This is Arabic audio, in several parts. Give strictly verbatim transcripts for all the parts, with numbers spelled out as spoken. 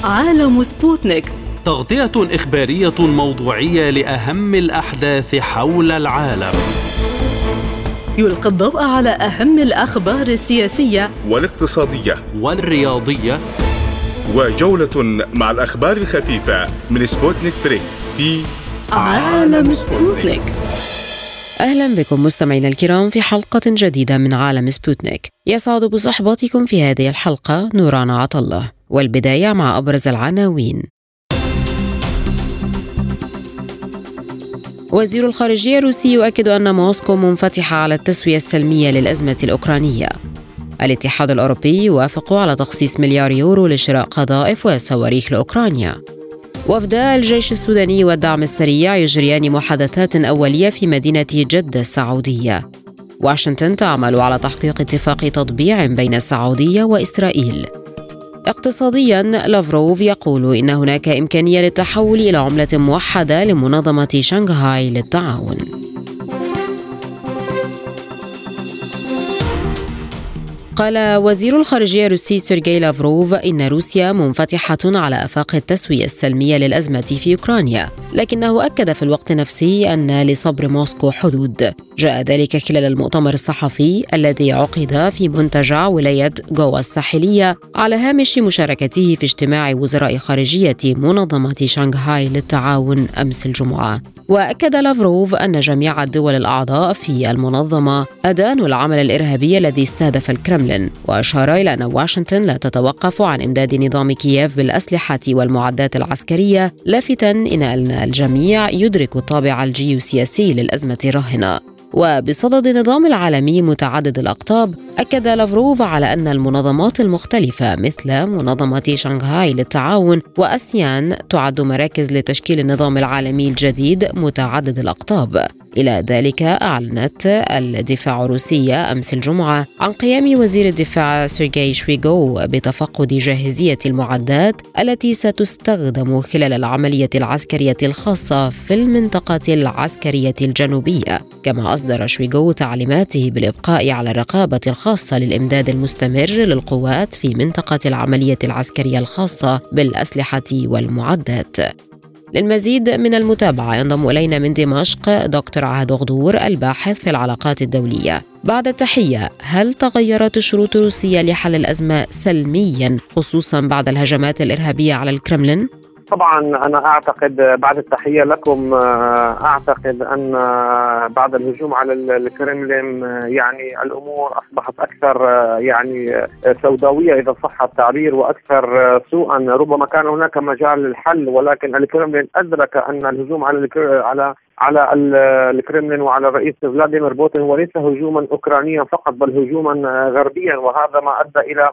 عالم سبوتنيك، تغطية إخبارية موضوعية لأهم الأحداث حول العالم. يلقي الضوء على أهم الأخبار السياسية والاقتصادية والرياضية، وجولة مع الأخبار الخفيفة من سبوتنيك بريك في عالم سبوتنيك. أهلا بكم مستمعينا الكرام في حلقة جديدة من عالم سبوتنيك. يسعد بصحبتكم في هذه الحلقة نوران عطلة، والبداية مع أبرز العناوين. وزير الخارجية الروسي يؤكد أن موسكو منفتحة على التسوية السلمية للأزمة الأوكرانية. الاتحاد الأوروبي يوافق على تخصيص مليار يورو لشراء قذائف وصواريخ لأوكرانيا. وفدا الجيش السوداني والدعم السريع يجريان محادثات أولية في مدينة جدة السعودية. واشنطن تعمل على تحقيق اتفاق تطبيع بين السعودية وإسرائيل. اقتصادياً، لافروف يقول إن هناك إمكانية للتحول إلى عملة موحدة لمنظمة شنغهاي للتعاون. قال وزير الخارجية الروسي سيرجي لافروف إن روسيا منفتحة على آفاق التسوية السلمية للأزمة في أوكرانيا، لكنه أكد في الوقت نفسه أن لصبر موسكو حدود. جاء ذلك خلال المؤتمر الصحفي الذي عقد في منتجع ولاية غوا الساحلية على هامش مشاركته في اجتماع وزراء خارجية منظمة شنغهاي للتعاون أمس الجمعة. وأكد لافروف أن جميع الدول الأعضاء في المنظمة أدانوا العمل الإرهابي الذي استهدف الكرملين، وأشار إلى أن واشنطن لا تتوقف عن إمداد نظام كييف بالأسلحة والمعدات العسكرية، لافتاً إن الجميع يدرك الطابع الجيوسياسي للأزمة الراهنة. وبصدد النظام العالمي متعدد الأقطاب، أكد لافروف على أن المنظمات المختلفة مثل منظمة شنغهاي للتعاون وأسيان تعد مراكز لتشكيل النظام العالمي الجديد متعدد الأقطاب. إلى ذلك، أعلنت الدفاع الروسية أمس الجمعة عن قيام وزير الدفاع سيرجي شويغو بتفقد جاهزية المعدات التي ستستخدم خلال العملية العسكرية الخاصة في المنطقة العسكرية الجنوبية. كما أصدر شويغو تعليماته بالإبقاء على الرقابة الخاصة للإمداد المستمر للقوات في منطقة العملية العسكرية الخاصة بالأسلحة والمعدات. للمزيد من المتابعة ينضم إلينا من دمشق دكتور عهد غدور، الباحث في العلاقات الدولية. بعد التحية، هل تغيرت الشروط الروسية لحل الأزمة سلميا، خصوصا بعد الهجمات الإرهابية على الكرملين؟ طبعا أنا أعتقد بعد التحية لكم أعتقد أن بعد الهجوم على الكرملين يعني الأمور أصبحت أكثر يعني سوداوية إذا صح التعبير وأكثر سوءا. ربما كان هناك مجال للحل، ولكن الكرملين أدرك أن الهجوم على على على الكرملين وعلى الرئيس فلاديمير بوتين هو ليس هجوما أوكرانيا فقط بل هجوما غربيا، وهذا ما أدى إلى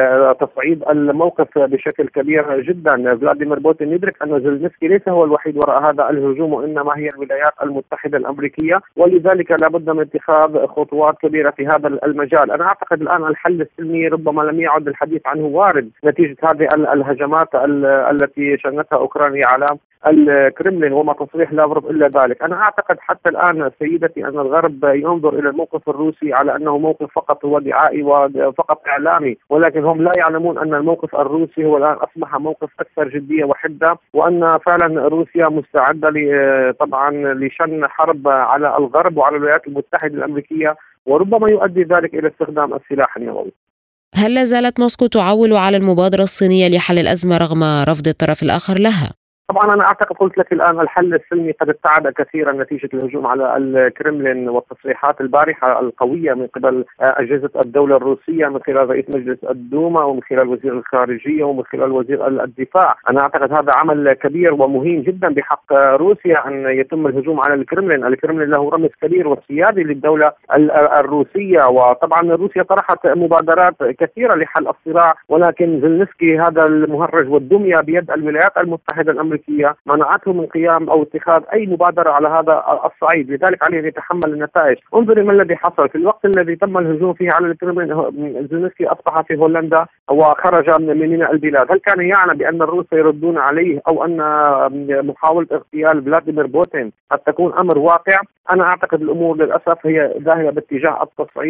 تصعيد الموقف بشكل كبير جدا. فلاديمير بوتين يدرك أن زيلينسكي ليس هو الوحيد وراء هذا الهجوم، وإنما هي الولايات المتحدة الأمريكية، ولذلك لابد من اتخاذ خطوات كبيرة في هذا المجال. أنا أعتقد الآن الحل السلمي ربما لم يعد الحديث عنه وارد نتيجة هذه الهجمات التي شنتها أوكرانيا على الكرملين وما تصريح لافروف إلا ذلك. أنا أعتقد حتى الآن سيدتي أن الغرب ينظر إلى الموقف الروسي على أنه موقف فقط هو دعائي وفقط إعلامي، ولكن هم لا يعلمون أن الموقف الروسي هو الآن أصبح موقف أكثر جدية وحدة، وأن فعلا روسيا مستعدة طبعا لشن حرب على الغرب وعلى الولايات المتحدة الأمريكية، وربما يؤدي ذلك إلى استخدام السلاح النووي. هل لا زالت موسكو تعول على المبادرة الصينية لحل الأزمة رغم رفض الطرف الآخر لها؟ طبعا أنا أعتقد قلت لك الآن الحل السلمي قد ابتعد كثيرا نتيجة الهجوم على الكرملين والتصريحات البارحة القوية من قبل أجهزة الدولة الروسية من خلال رئيس مجلس الدوما ومن خلال وزير الخارجية ومن خلال وزير الدفاع. أنا أعتقد هذا عمل كبير ومهم جدا بحق روسيا أن يتم الهجوم على الكرملين. الكرملين له رمز كبير وسيادي للدولة الروسية، وطبعا روسيا طرحت مبادرات كثيرة لحل الصراع، ولكن زيلينسكي هذا المهرج والدمية بيد الولايات المتحدة الأمريكية منعته من قيام أو اتخاذ أي مبادرة على هذا الصعيد، لذلك عليه أن يتحمل النتائج. انظري ما الذي حصل في الوقت الذي تم الهجوم فيه على الكرملين. زيلينسكي أصبح في هولندا وخرج من البلاد. هل كان يعلم بأن الروس يردون عليه أو أن محاولة اغتيال فلاديمير بوتين قد تكون أمر واقع؟ أنا أعتقد الأمور للأسف هي ذاهبة باتجاه التصعيد،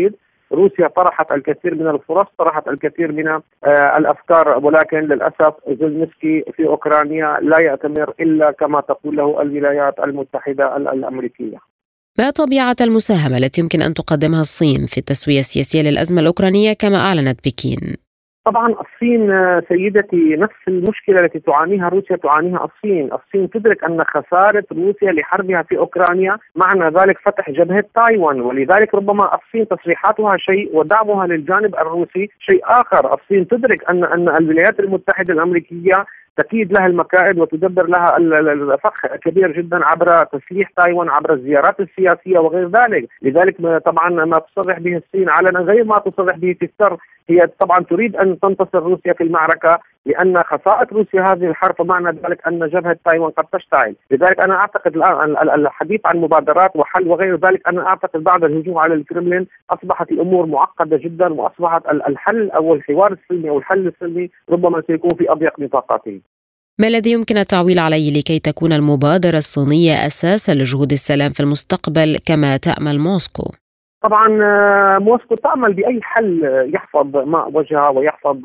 روسيا طرحت الكثير من الفرص، طرحت الكثير من الأفكار، ولكن للأسف زيلينسكي في أوكرانيا لا يأتمر إلا كما تقول له الولايات المتحدة الأمريكية. ما طبيعة المساهمة التي يمكن أن تقدمها الصين في التسوية السياسية للأزمة الأوكرانية كما أعلنت بكين؟ طبعا الصين سيدتي نفس المشكلة التي تعانيها روسيا تعانيها الصين. الصين تدرك أن خسارة روسيا لحربها في أوكرانيا معنى ذلك فتح جبهة تايوان، ولذلك ربما الصين تصريحاتها شيء ودعمها للجانب الروسي شيء آخر. الصين تدرك أن أن الولايات المتحدة الأمريكية تكيد لها المكائد وتدبر لها الفخ كبير جدا عبر تسليح تايوان، عبر الزيارات السياسية وغير ذلك. لذلك طبعا ما تصرح به الصين علنا غير ما تصرح به في السر. هي طبعا تريد أن تنتصر روسيا في المعركة، لأن خسارة روسيا هذه الحرب معنى ذلك أن جبهة تايوان قد تشتعل. لذلك أنا أعتقد الآن الحديث عن مبادرات وحل وغير ذلك، أنا أعتقد بعد الهجوم على الكرملين أصبحت الأمور معقدة جدا، وأصبحت الحل أو الحوار السلمي أو الحل السلمي ربما سيكون في أضيق نطاقاته. ما الذي يمكن التعويل عليه لكي تكون المبادرة الصينية أساسا لجهود السلام في المستقبل كما تأمل موسكو؟ طبعا موسكو تعمل بأي حل يحفظ ماء وجهها ويحفظ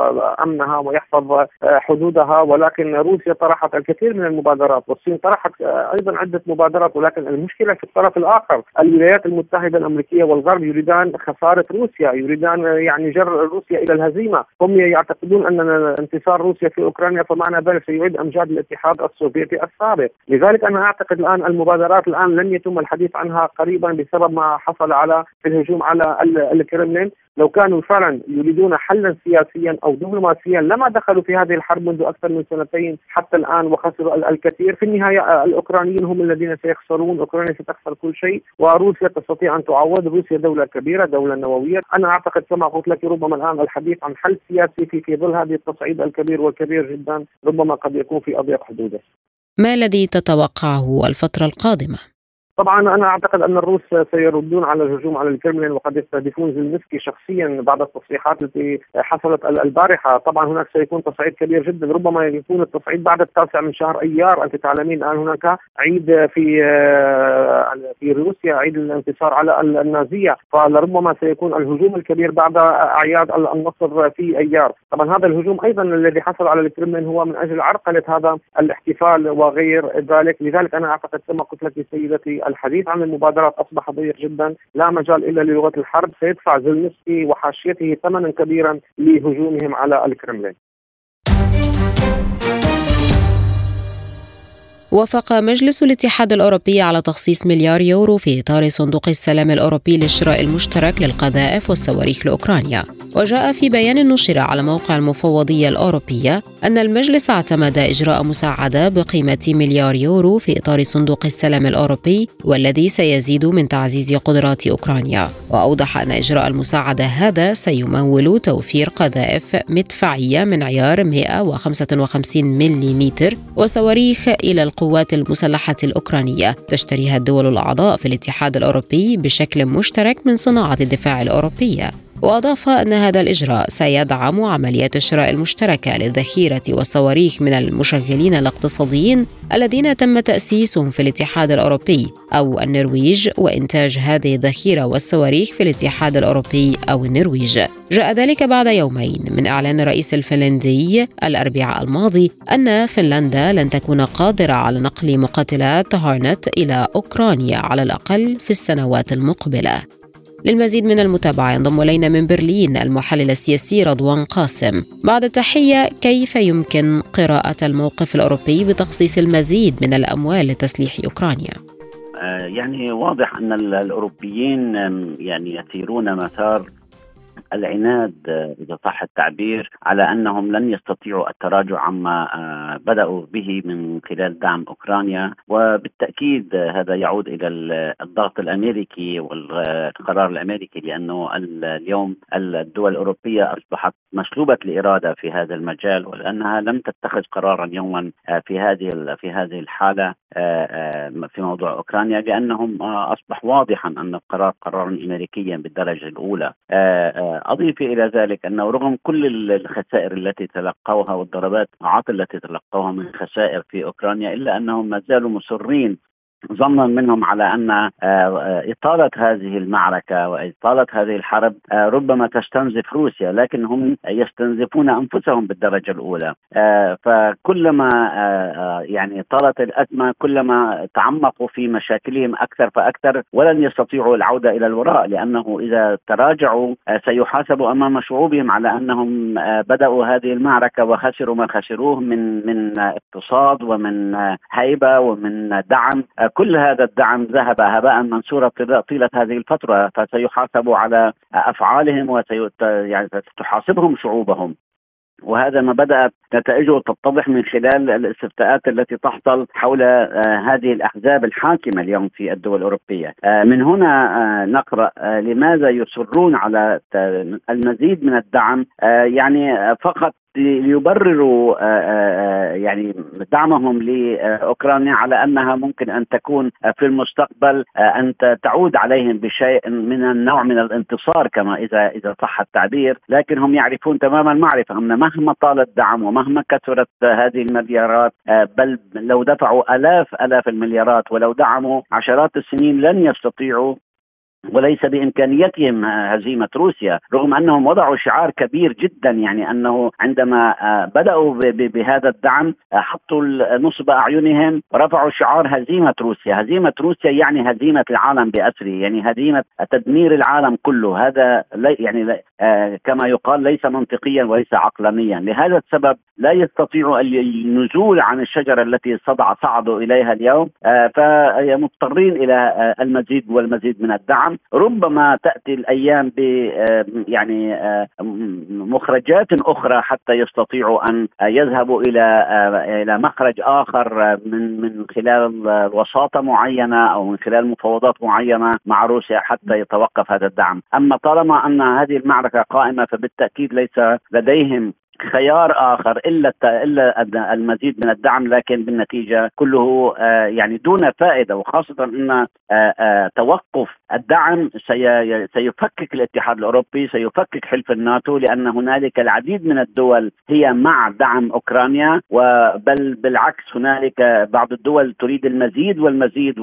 أمنها ويحفظ حدودها، ولكن روسيا طرحت الكثير من المبادرات والصين طرحت أيضا عدة مبادرات، ولكن المشكلة في الطرف الآخر. الولايات المتحدة الأمريكية والغرب يريدان خسارة روسيا، يريدان يعني جر روسيا إلى الهزيمة. هم يعتقدون أن انتصار روسيا في أوكرانيا فمعنى ذلك سيعيد أمجاد الاتحاد السوفيتي السابق. لذلك أنا أعتقد الآن المبادرات الآن لن يتم الحديث عنها قريبا بسبب ما حصل على في الهجوم على الكرملين. لو كانوا فعلا يريدون حلا سياسيا أو دبلوماسيا لما دخلوا في هذه الحرب منذ أكثر من سنتين حتى الآن وخسروا الكثير. في النهاية الأوكرانيين هم الذين سيخسرون، أوكرانيا ستخسر كل شيء وروسيا تستطيع أن تعوض. روسيا دولة كبيرة، دولة نووية. أنا أعتقد كما قلت لك ربما الآن الحديث عن حل سياسي في في ظل هذه التصعيد الكبير والكبير جدا ربما قد يكون في أضيق حدوده. ما الذي تتوقعه الفترة القادمة؟ طبعا أنا أعتقد أن الروس سيردون على الهجوم على الكرملين وقد يستهدفون زيلينسكي شخصيا بعد التصريحات التي حصلت البارحة. طبعا هناك سيكون تصعيد كبير جدا، ربما يكون التصعيد بعد التاسع من شهر أيار. أنت تعلمين الآن هناك عيد في في روسيا، عيد الانتصار على النازية، فلربما سيكون الهجوم الكبير بعد أعياد النصر في أيار. طبعا هذا الهجوم أيضا الذي حصل على الكرملين هو من أجل عرقلة هذا الاحتفال وغير ذلك. لذلك أنا أعتقد كما قلت لك سيدتي الحديث عن المبادرات أصبح ضيق جدا، لا مجال إلا للغة الحرب. سيدفع زيلينسكي وحاشيته ثمنا كبيرا لهجومهم على الكرملين. وافق مجلس الاتحاد الأوروبي على تخصيص مليار يورو في إطار صندوق السلام الأوروبي للشراء المشترك للقذائف والصواريخ لأوكرانيا. وجاء في بيان نشر على موقع المفوضية الأوروبية أن المجلس اعتمد إجراء مساعدة بقيمة مليار يورو في إطار صندوق السلام الأوروبي والذي سيزيد من تعزيز قدرات أوكرانيا. وأوضح أن إجراء المساعدة هذا سيمول توفير قذائف مدفعية من عيار مئة وخمسة وخمسين ملم وصواريخ إلى القوات المسلحة الأوكرانية تشتريها الدول الأعضاء في الاتحاد الأوروبي بشكل مشترك من صناعة الدفاع الأوروبية. وأضاف أن هذا الإجراء سيدعم عمليات الشراء المشتركة للذخيرة والصواريخ من المشغلين الاقتصاديين الذين تم تأسيسهم في الاتحاد الأوروبي أو النرويج، وإنتاج هذه الذخيرة والصواريخ في الاتحاد الأوروبي أو النرويج. جاء ذلك بعد يومين من إعلان الرئيس الفنلندي الأربعاء الماضي أن فنلندا لن تكون قادرة على نقل مقاتلات هارنت إلى أوكرانيا على الأقل في السنوات المقبلة. للمزيد من المتابعة ينضم إلينا من برلين المحلل السياسي رضوان قاسم. بعد التحية، كيف يمكن قراءة الموقف الأوروبي بتخصيص المزيد من الأموال لتسليح أوكرانيا؟ يعني واضح أن الأوروبيين يعني يسيرون مسار العناد إذا صح التعبير على أنهم لن يستطيعوا التراجع عما بدأوا به من خلال دعم أوكرانيا، وبالتأكيد هذا يعود إلى الضغط الأمريكي والقرار الأمريكي، لأنه اليوم الدول الأوروبية أصبحت مشلوبة الإرادة في هذا المجال، ولأنها لم تتخذ قرارا يوما في هذه في هذه الحالة في موضوع أوكرانيا، لأنهم أصبح واضحا أن القرار قرارا أمريكيا بالدرجة الأولى. أضيف إلى ذلك أنه رغم كل الخسائر التي تلقوها والضربات التي تلقوها من خسائر في أوكرانيا، إلا أنهم ما زالوا مصرين ظنا منهم على أن إطالة هذه المعركة وإطالة هذه الحرب ربما تستنزف روسيا، لكن هم يستنزفون أنفسهم بالدرجة الأولى. فكلما يعني طالت الأزمة كلما تعمقوا في مشاكلهم أكثر فأكثر، ولن يستطيعوا العودة إلى الوراء، لأنه إذا تراجعوا سيحاسبوا أمام شعوبهم على أنهم بدأوا هذه المعركة وخسروا ما خسروه من من اقتصاد ومن هيبة ومن دعم. كل هذا الدعم ذهب هباء منثورا طيلة هذه الفترة، فسيحاسبوا على أفعالهم وستحاسبهم شعوبهم. وهذا ما بدأت نتائجه تتضح من خلال الاستفتاءات التي تحصل حول هذه الأحزاب الحاكمة اليوم في الدول الأوروبية. من هنا نقرأ لماذا يصرون على المزيد من الدعم، يعني فقط ليبرروا يعني دعمهم لأوكرانيا على أنها ممكن أن تكون في المستقبل أن تعود عليهم بشيء من النوع من الانتصار كما إذا إذا صح التعبير. لكن هم يعرفون تماما معرفة أن مهما طال الدعم ومهما كثرت هذه المليارات، بل لو دفعوا آلاف آلاف المليارات ولو دعموا عشرات السنين لن يستطيعوا وليس بإمكانيتهم هزيمة روسيا، رغم أنهم وضعوا شعار كبير جدا، يعني أنه عندما بدأوا بهذا الدعم حطوا نصب أعينهم ورفعوا شعار هزيمة روسيا. هزيمة روسيا يعني هزيمة العالم بأسره، يعني هزيمة تدمير العالم كله. هذا يعني كما يقال ليس منطقيا وليس عقلانيا. لهذا السبب لا يستطيعوا النزول عن الشجرة التي صدع صعدوا إليها اليوم، فمضطرين إلى المزيد والمزيد من الدعم. ربما تأتي الأيام ب يعني مخرجات أخرى حتى يستطيعوا أن يذهبوا إلى إلى مخرج آخر من من خلال وساطة معينة أو من خلال مفاوضات معينة مع روسيا حتى يتوقف هذا الدعم. أما طالما أن هذه المعركة قائمة فبالتأكيد ليس لديهم خيار آخر إلا إلا المزيد من الدعم، لكن بالنتيجة كله يعني دون فائدة، وخاصة أن توقف الدعم سيفكك الاتحاد الأوروبي، سيفكك حلف الناتو، لأن هنالك العديد من الدول هي مع دعم أوكرانيا، وبل بالعكس هنالك بعض الدول تريد المزيد والمزيد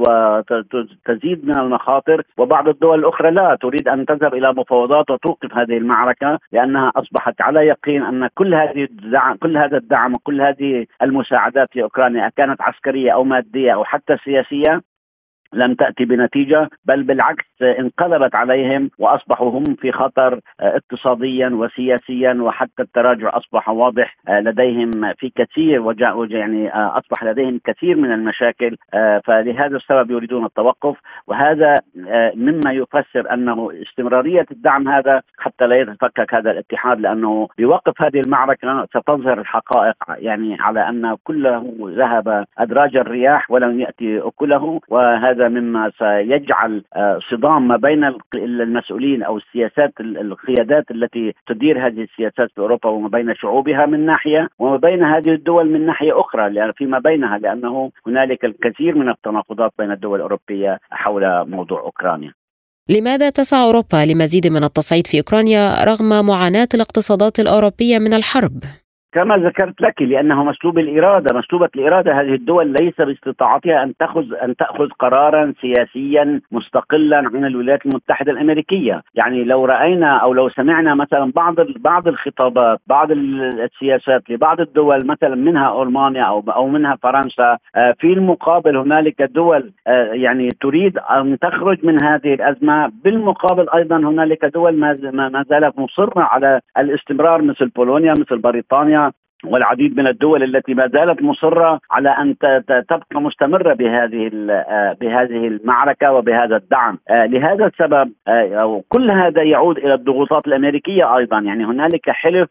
وتزيد من المخاطر، وبعض الدول الأخرى لا تريد أن تذهب إلى مفاوضات وتوقف هذه المعركة، لأنها أصبحت على يقين أن كل هذه الدعم كل هذا الدعم وكل هذه المساعدات لأوكرانيا كانت عسكرية أو مادية أو حتى سياسية لم تأتي بنتيجة، بل بالعكس انقلبت عليهم وأصبحوا هم في خطر اقتصاديا وسياسيا، وحتى التراجع أصبح واضح لديهم في كثير وجاء يعني أصبح لديهم كثير من المشاكل. فلهذا السبب يريدون التوقف، وهذا مما يفسر أنه استمرارية الدعم هذا حتى لا يتفكك هذا الاتحاد، لأنه بوقف هذه المعركة ستظهر الحقائق يعني على أن كله ذهب أدراج الرياح ولم يأتي أكله. وهذا مما سيجعل صدام ما بين المسؤولين أو السياسات القيادات التي تدير هذه السياسات في أوروبا وما بين شعوبها من ناحية، وما بين هذه الدول من ناحية أخرى لأن فيما بينها، لأنه هنالك الكثير من التناقضات بين الدول الأوروبية حول موضوع أوكرانيا. لماذا تسعى أوروبا لمزيد من التصعيد في أوكرانيا رغم معاناة الاقتصادات الأوروبية من الحرب؟ كما ذكرت لك، لأنه مسلوب الإرادة مسلوبة الإرادة هذه الدول ليس باستطاعتها أن تأخذ أن تأخذ قرارا سياسيا مستقلا عن الولايات المتحدة الأمريكية. يعني لو رأينا أو لو سمعنا مثلا بعض بعض الخطابات بعض السياسات لبعض الدول مثلا منها ألمانيا أو أو منها فرنسا، في المقابل هنالك دول يعني تريد أن تخرج من هذه الأزمة، بالمقابل أيضا هنالك دول ما زالت مصرة على الاستمرار مثل بولونيا مثل بريطانيا والعديد من الدول التي ما زالت مصرة على أن تبقى مستمرة بهذه بهذه المعركة وبهذا الدعم. لهذا السبب كل هذا يعود إلى الضغوطات الأمريكية أيضا. يعني هنالك حلف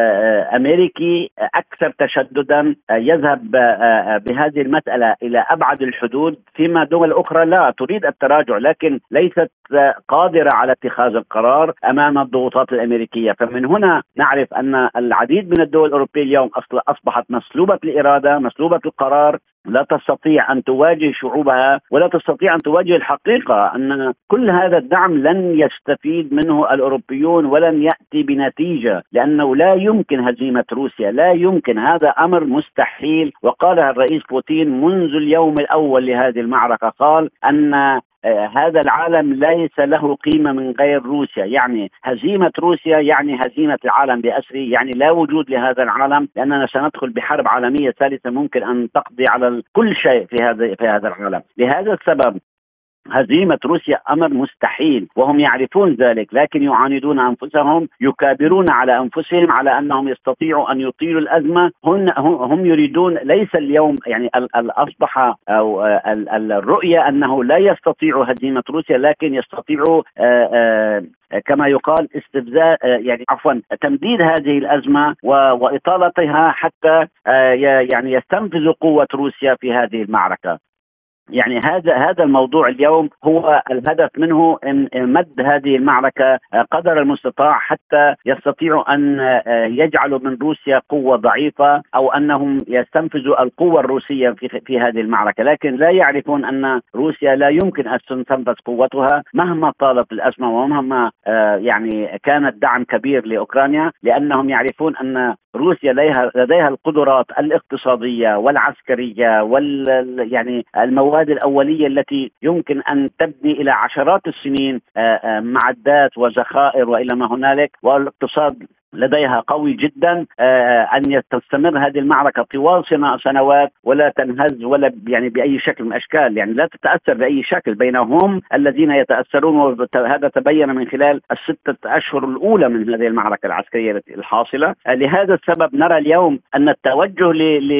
أمريكي أكثر تشددا يذهب بهذه المسألة إلى أبعد الحدود، فيما دول أخرى لا تريد التراجع لكن ليست قادرة على اتخاذ القرار أمام الضغوطات الأمريكية. فمن هنا نعرف أن العديد من الدول الأوروبية اليوم أصبحت مسلوبة الإرادة مسلوبة القرار، لا تستطيع أن تواجه شعوبها ولا تستطيع أن تواجه الحقيقة أن كل هذا الدعم لن يستفيد منه الأوروبيون ولن يأتي بنتيجة، لأنه لا يمكن هزيمة روسيا، لا يمكن، هذا أمر مستحيل. وقالها الرئيس بوتين منذ اليوم الأول لهذه المعركة، قال أن هذا العالم ليس له قيمة من غير روسيا، يعني هزيمة روسيا يعني هزيمة العالم بأسره، يعني لا وجود لهذا العالم، لأننا سندخل بحرب عالمية ثالثة ممكن أن تقضي على كل شيء في هذا في هذا العالم. لهذا السبب هزيمة روسيا أمر مستحيل وهم يعرفون ذلك، لكن يعاندون أنفسهم، يكابرون على أنفسهم على أنهم يستطيعوا أن يطيلوا الأزمة. هم هم يريدون، ليس اليوم يعني الأصبح أو الرؤية أنه لا يستطيع هزيمة روسيا، لكن يستطيعوا كما يقال استفزاز، يعني عفوا تمديد هذه الأزمة وإطالتها حتى يعني يستنفذ قوة روسيا في هذه المعركة. يعني هذا هذا الموضوع اليوم هو الهدف منه ان مد هذه المعركة قدر المستطاع حتى يستطيعوا ان يجعلوا من روسيا قوة ضعيفة او انهم يستنفذوا القوة الروسية في في هذه المعركة، لكن لا يعرفون ان روسيا لا يمكن ان تستنفذ قوتها مهما طالت الأزمة ومهما يعني كان الدعم كبير لأوكرانيا، لأنهم يعرفون ان روسيا لديها لديها القدرات الاقتصادية والعسكرية وال يعني المواد الأولية التي يمكن أن تبني إلى عشرات السنين معدات وذخائر وإلى ما هنالك، والاقتصاد لديها قوي جدا أن تستمر هذه المعركة طوال سنوات ولا تنهز ولا يعني بأي شكل من الأشكال، يعني لا تتأثر بأي شكل. بينهم الذين يتأثرون، وهذا تبين من خلال الستة أشهر الأولى من هذه المعركة العسكرية الحاصلة. لهذا السبب نرى اليوم أن التوجه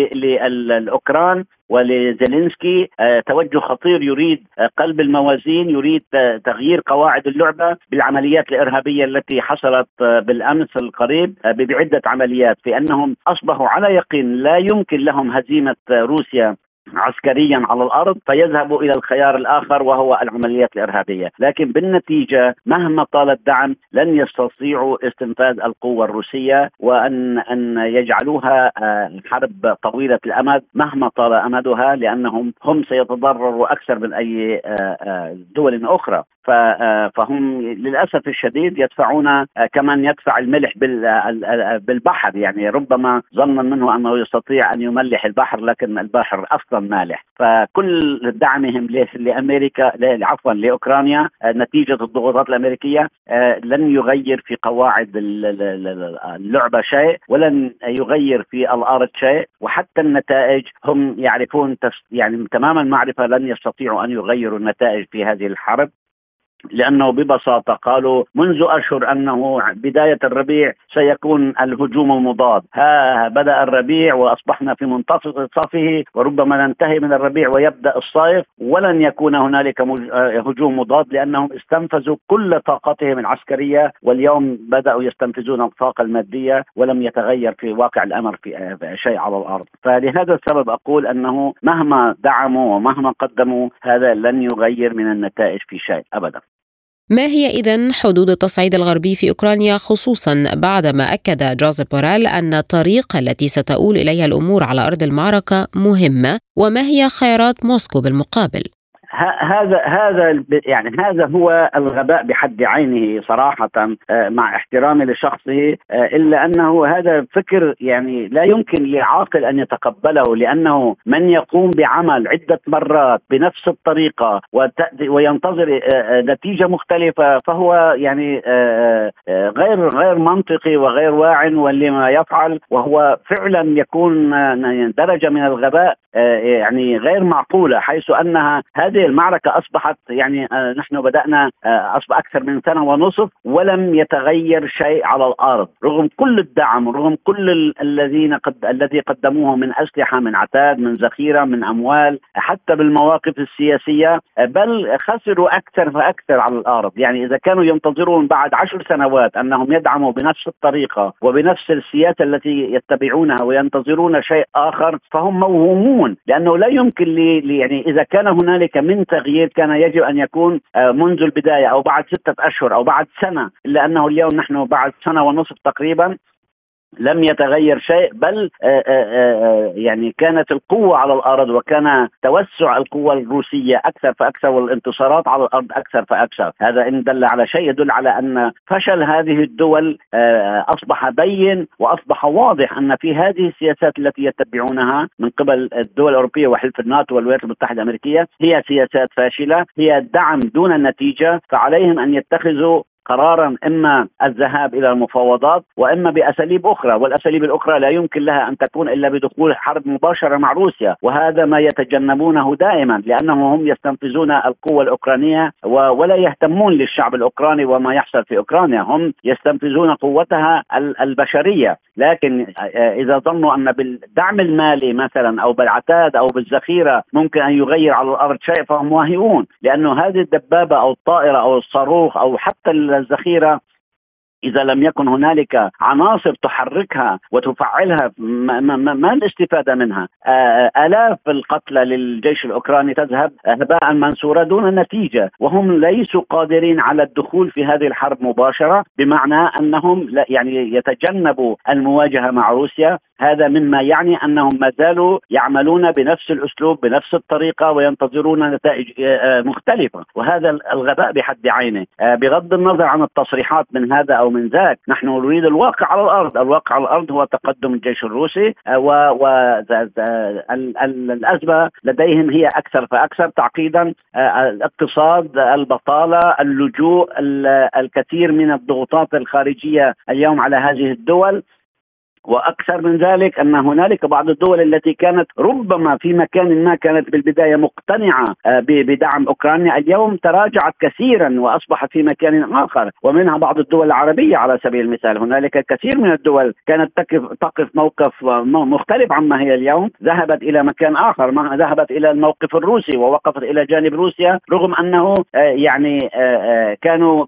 للأوكران ولزيلينسكي توجه خطير، يريد قلب الموازين، يريد تغيير قواعد اللعبة بالعمليات الإرهابية التي حصلت بالأمس القريب بعدة عمليات، في أنهم أصبحوا على يقين لا يمكن لهم هزيمة روسيا عسكريا على الأرض، فيذهبوا إلى الخيار الآخر وهو العمليات الإرهابية. لكن بالنتيجة مهما طال الدعم لن يستطيعوا استنفاذ القوة الروسية وأن أن يجعلوها حرب طويلة الأمد مهما طال أمدها، لأنهم هم سيتضرروا أكثر من أي دول أخرى. فهم للأسف الشديد يدفعون كمان يدفع الملح بالبحر، يعني ربما ظنا منه أنه يستطيع أن يملح البحر لكن البحر أصلا مالح. فكل دعمهم لأمريكا عفوا لأوكرانيا نتيجة الضغوطات الأمريكية لن يغير في قواعد اللعبة شيء ولن يغير في الأرض شيء، وحتى النتائج هم يعرفون يعني تماما معرفة لن يستطيعوا أن يغيروا النتائج في هذه الحرب، لأنه ببساطة قالوا منذ أشهر أنه بداية الربيع سيكون الهجوم المضاد. ها بدأ الربيع وأصبحنا في منتصف صفه، وربما ننتهي من الربيع ويبدأ الصيف ولن يكون هنالك هجوم مضاد، لأنهم استنفذوا كل طاقتهم العسكرية واليوم بدأوا يستنفذون الطاقة المادية ولم يتغير في واقع الأمر في شيء على الأرض. فلهذا السبب أقول أنه مهما دعموا ومهما قدموا هذا لن يغير من النتائج في شيء أبدا. ما هي إذن حدود التصعيد الغربي في أوكرانيا، خصوصا بعدما أكد جوزيف بوريل أن الطريقة التي ستؤول إليها الأمور على أرض المعركة مهمة، وما هي خيارات موسكو بالمقابل؟ هذا هذا يعني هذا هو الغباء بحد عينه صراحة، مع احترامي لشخصه، إلا أنه هذا فكر يعني لا يمكن لعاقل أن يتقبله، لأنه من يقوم بعمل عدة مرات بنفس الطريقة وينتظر نتيجة مختلفة فهو يعني غير غير منطقي وغير واع لما يفعل، وهو فعلا يكون درجة من الغباء يعني غير معقولة، حيث أنها هذه المعركة أصبحت يعني نحن بدأنا أصبح أكثر من سنة ونصف ولم يتغير شيء على الأرض، رغم كل الدعم، رغم كل الذين قد الذي قدموه من أسلحة، من عتاد، من ذخيرة، من أموال، حتى بالمواقف السياسية، بل خسروا أكثر فأكثر على الأرض. يعني إذا كانوا ينتظرون بعد عشر سنوات أنهم يدعموا بنفس الطريقة وبنفس السياسة التي يتبعونها وينتظرون شيء آخر فهم موهومون، لأنه لا يمكن لي يعني إذا كان هنالك من تغيير كان يجب أن يكون منذ البداية أو بعد ستة أشهر أو بعد سنة، إلا أنه اليوم نحن بعد سنة ونصف تقريبا. لم يتغير شيء، بل آآ آآ يعني كانت القوة على الأرض وكان توسع القوة الروسية أكثر فأكثر والانتصارات على الأرض أكثر فأكثر. هذا إن دل على شيء يدل على أن فشل هذه الدول أصبح بين وأصبح واضح أن في هذه السياسات التي يتبعونها من قبل الدول الأوروبية وحلف الناتو والولايات المتحدة الأمريكية هي سياسات فاشلة، هي دعم دون نتيجة، فعليهم أن يتخذوا قرارا إما الذهاب إلى المفاوضات وإما بأساليب أخرى، والأساليب الأخرى لا يمكن لها أن تكون إلا بدخول حرب مباشرة مع روسيا، وهذا ما يتجنبونه دائما لأنهم هم يستنفذون القوة الأوكرانية ولا يهتمون للشعب الأوكراني وما يحصل في أوكرانيا، هم يستنفذون قوتها البشرية. لكن إذا ظنوا أن بالدعم المالي مثلا أو بالعتاد أو بالذخيرة ممكن أن يغير على الأرض شيء فهم واهمون، لأنه هذه الدبابة أو الطائرة أو الصاروخ أو حتى الذخيرة إذا لم يكن هنالك عناصر تحركها وتفعلها ما, ما, ما الاستفادة منها؟ آلاف القتلى للجيش الأوكراني تذهب هباء منثورا دون نتيجة، وهم ليسوا قادرين على الدخول في هذه الحرب مباشرة، بمعنى أنهم لا يعني يتجنبوا المواجهة مع روسيا. هذا مما يعني أنهم ما زالوا يعملون بنفس الأسلوب بنفس الطريقة وينتظرون نتائج مختلفة، وهذا الغباء بحد عينه. بغض النظر عن التصريحات من هذا أو من ذاك، نحن نريد الواقع على الأرض. الواقع على الأرض هو تقدم الجيش الروسي، والأزمة لديهم هي أكثر فأكثر تعقيدا، الاقتصاد، البطالة، اللجوء، الكثير من الضغوطات الخارجية اليوم على هذه الدول. وأكثر من ذلك أن هنالك بعض الدول التي كانت ربما في مكان ما كانت بالبداية مقتنعة بدعم أوكرانيا اليوم تراجعت كثيرا وأصبحت في مكان آخر، ومنها بعض الدول العربية على سبيل المثال. هنالك كثير من الدول كانت تقف موقف مختلف عما هي اليوم، ذهبت إلى مكان آخر، ذهبت إلى الموقف الروسي ووقفت إلى جانب روسيا، رغم أنه يعني كانوا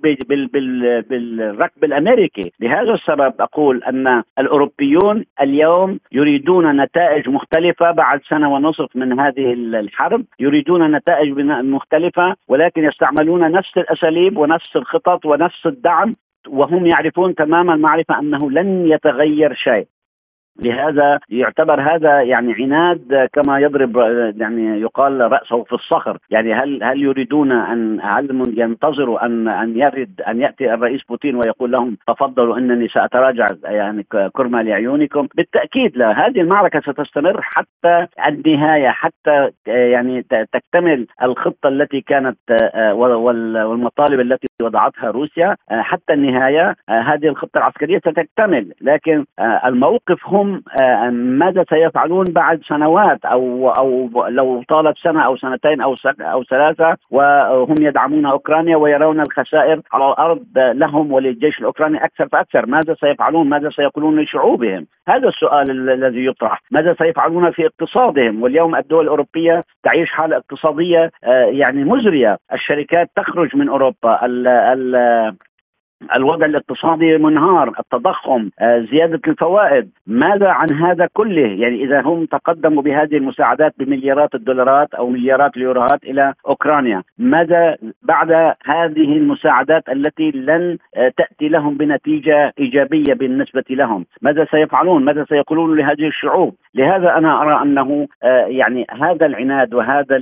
بالركب الأمريكي. لهذا السبب أقول أن الأوروبيين اليوم يريدون نتائج مختلفة بعد سنة ونصف من هذه الحرب، يريدون نتائج مختلفة، ولكن يستعملون نفس الأساليب ونفس الخطط ونفس الدعم، وهم يعرفون تماما معرفة أنه لن يتغير شيء. لهذا يعتبر هذا يعني عناد، كما يضرب يعني يقال رأسه في الصخر. يعني هل هل يريدون أن هل ينتظروا أن أن يرد أن يأتي الرئيس بوتين ويقول لهم تفضلوا إنني سأتراجع يعني كرما لعيونكم؟ بالتأكيد لا، هذه المعركة ستستمر حتى النهاية، حتى يعني تكتمل الخطة التي كانت والمطالب التي وضعتها روسيا حتى النهاية. هذه الخطة العسكرية ستكتمل، لكن الموقف هم ماذا سيفعلون بعد سنوات أو أو لو طالت سنة أو سنتين أو أو ثلاثة، وهم يدعمون أوكرانيا ويرون الخسائر على الأرض لهم وللجيش الأوكراني أكثر فأكثر. ماذا سيفعلون؟ ماذا سيقولون لشعوبهم؟ هذا السؤال الذي يطرح. ماذا سيفعلون في اقتصادهم؟ واليوم الدول الأوروبية تعيش حالة اقتصادية يعني مزرية، الشركات تخرج من أوروبا، ال ال الوضع الاقتصادي منهار، التضخم، زيادة الفوائد. ماذا عن هذا كله؟ يعني إذا هم تقدموا بهذه المساعدات بمليارات الدولارات أو مليارات اليوروات إلى أوكرانيا، ماذا بعد هذه المساعدات التي لن تأتي لهم بنتيجة إيجابية بالنسبة لهم؟ ماذا سيفعلون؟ ماذا سيقولون لهذه الشعوب؟ لهذا أنا أرى أنه يعني هذا العناد وهذا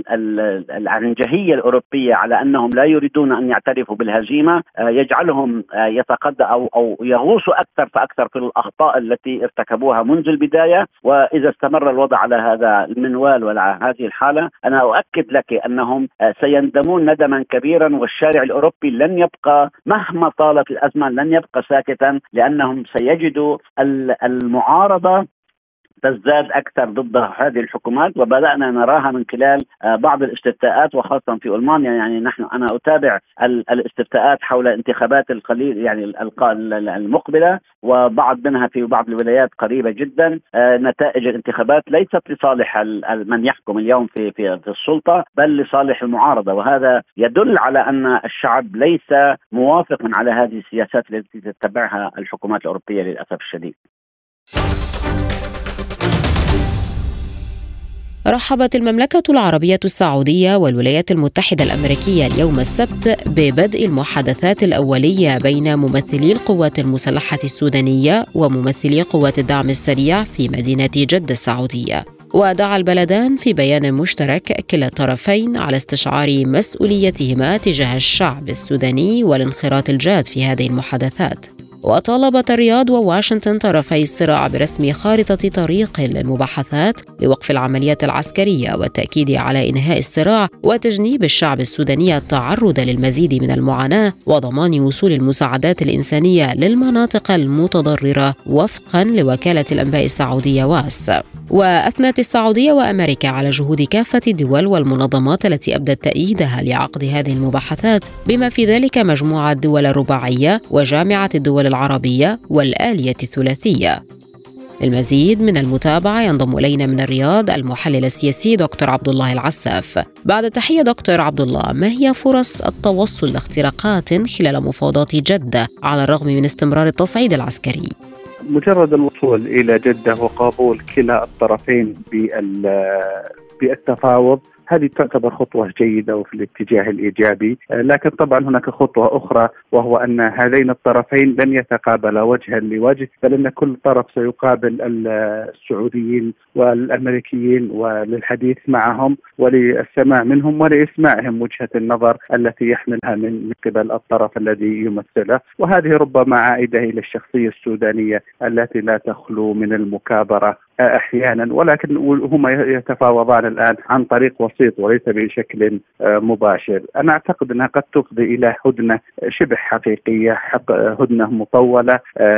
العنجهية الأوروبية على أنهم لا يريدون أن يعترفوا بالهزيمة يجعلهم هم يتقدم أو أو يغوصوا أكثر فأكثر في الأخطاء التي ارتكبوها منذ البداية. وإذا استمر الوضع على هذا المنوال وعلى هذه الحالة، أنا أؤكد لك أنهم سيندمون ندما كبيرا، والشارع الأوروبي لن يبقى مهما طالت الأزمة لن يبقى ساكتا، لأنهم سيجدوا المعارضة تزداد أكثر ضد هذه الحكومات، وبدأنا نراها من خلال بعض الاستفتاءات وخاصة في ألمانيا. يعني نحن أنا أتابع الاستفتاءات حول انتخابات القليل يعني المقبلة، وبعض منها في بعض الولايات قريبة جدا. نتائج الانتخابات ليست لصالح من يحكم اليوم في في السلطة، بل لصالح المعارضة، وهذا يدل على أن الشعب ليس موافقا على هذه السياسات التي تتبعها الحكومات الأوروبية للأسف الشديد. رحبت المملكة العربية السعودية والولايات المتحدة الأمريكية اليوم السبت ببدء المحادثات الأولية بين ممثلي القوات المسلحة السودانية وممثلي قوات الدعم السريع في مدينة جدة السعودية. ودعا البلدان في بيان مشترك كلا الطرفين على استشعار مسؤوليتهما تجاه الشعب السوداني والانخراط الجاد في هذه المحادثات. وطالبت الرياض وواشنطن طرفي الصراع برسم خارطة طريق للمباحثات لوقف العمليات العسكرية والتأكيد على إنهاء الصراع وتجنيب الشعب السوداني التعرض للمزيد من المعاناة وضمان وصول المساعدات الإنسانية للمناطق المتضررة وفقا لوكالة الأنباء السعودية واس. وأثنت السعودية وأمريكا على جهود كافة الدول والمنظمات التي أبدت تأييدها لعقد هذه المباحثات بما في ذلك مجموعة الدول الرباعية وجامعة الدول العربية والآلية الثلاثية. للمزيد من المتابعة ينضم إلينا من الرياض المحلل السياسي دكتور عبد الله العساف. بعد التحية دكتور عبد الله، ما هي فرص التوصل لاختراقات خلال مفاوضات جدة على الرغم من استمرار التصعيد العسكري؟ مجرد الوصول إلى جدة وقبول كلا الطرفين بالتفاوض هذه تعتبر خطوة جيدة وفي الاتجاه الإيجابي، لكن طبعا هناك خطوة أخرى وهو أن هذين الطرفين لن يتقابلا وجها لوجه، بل أن كل طرف سيقابل السعوديين والأمريكيين وللحديث معهم وللسماع منهم ولإسماعهم وجهة النظر التي يحملها من قبل الطرف الذي يمثله، وهذه ربما عائدة إلى الشخصية السودانية التي لا تخلو من المكابرة أحيانا، ولكن هم يتفاوضان الآن عن طريق وسيط وليس بشكل مباشر. أنا أعتقد أنها قد تفضي إلى هدنة شبه حقيقية، هدنة مطولة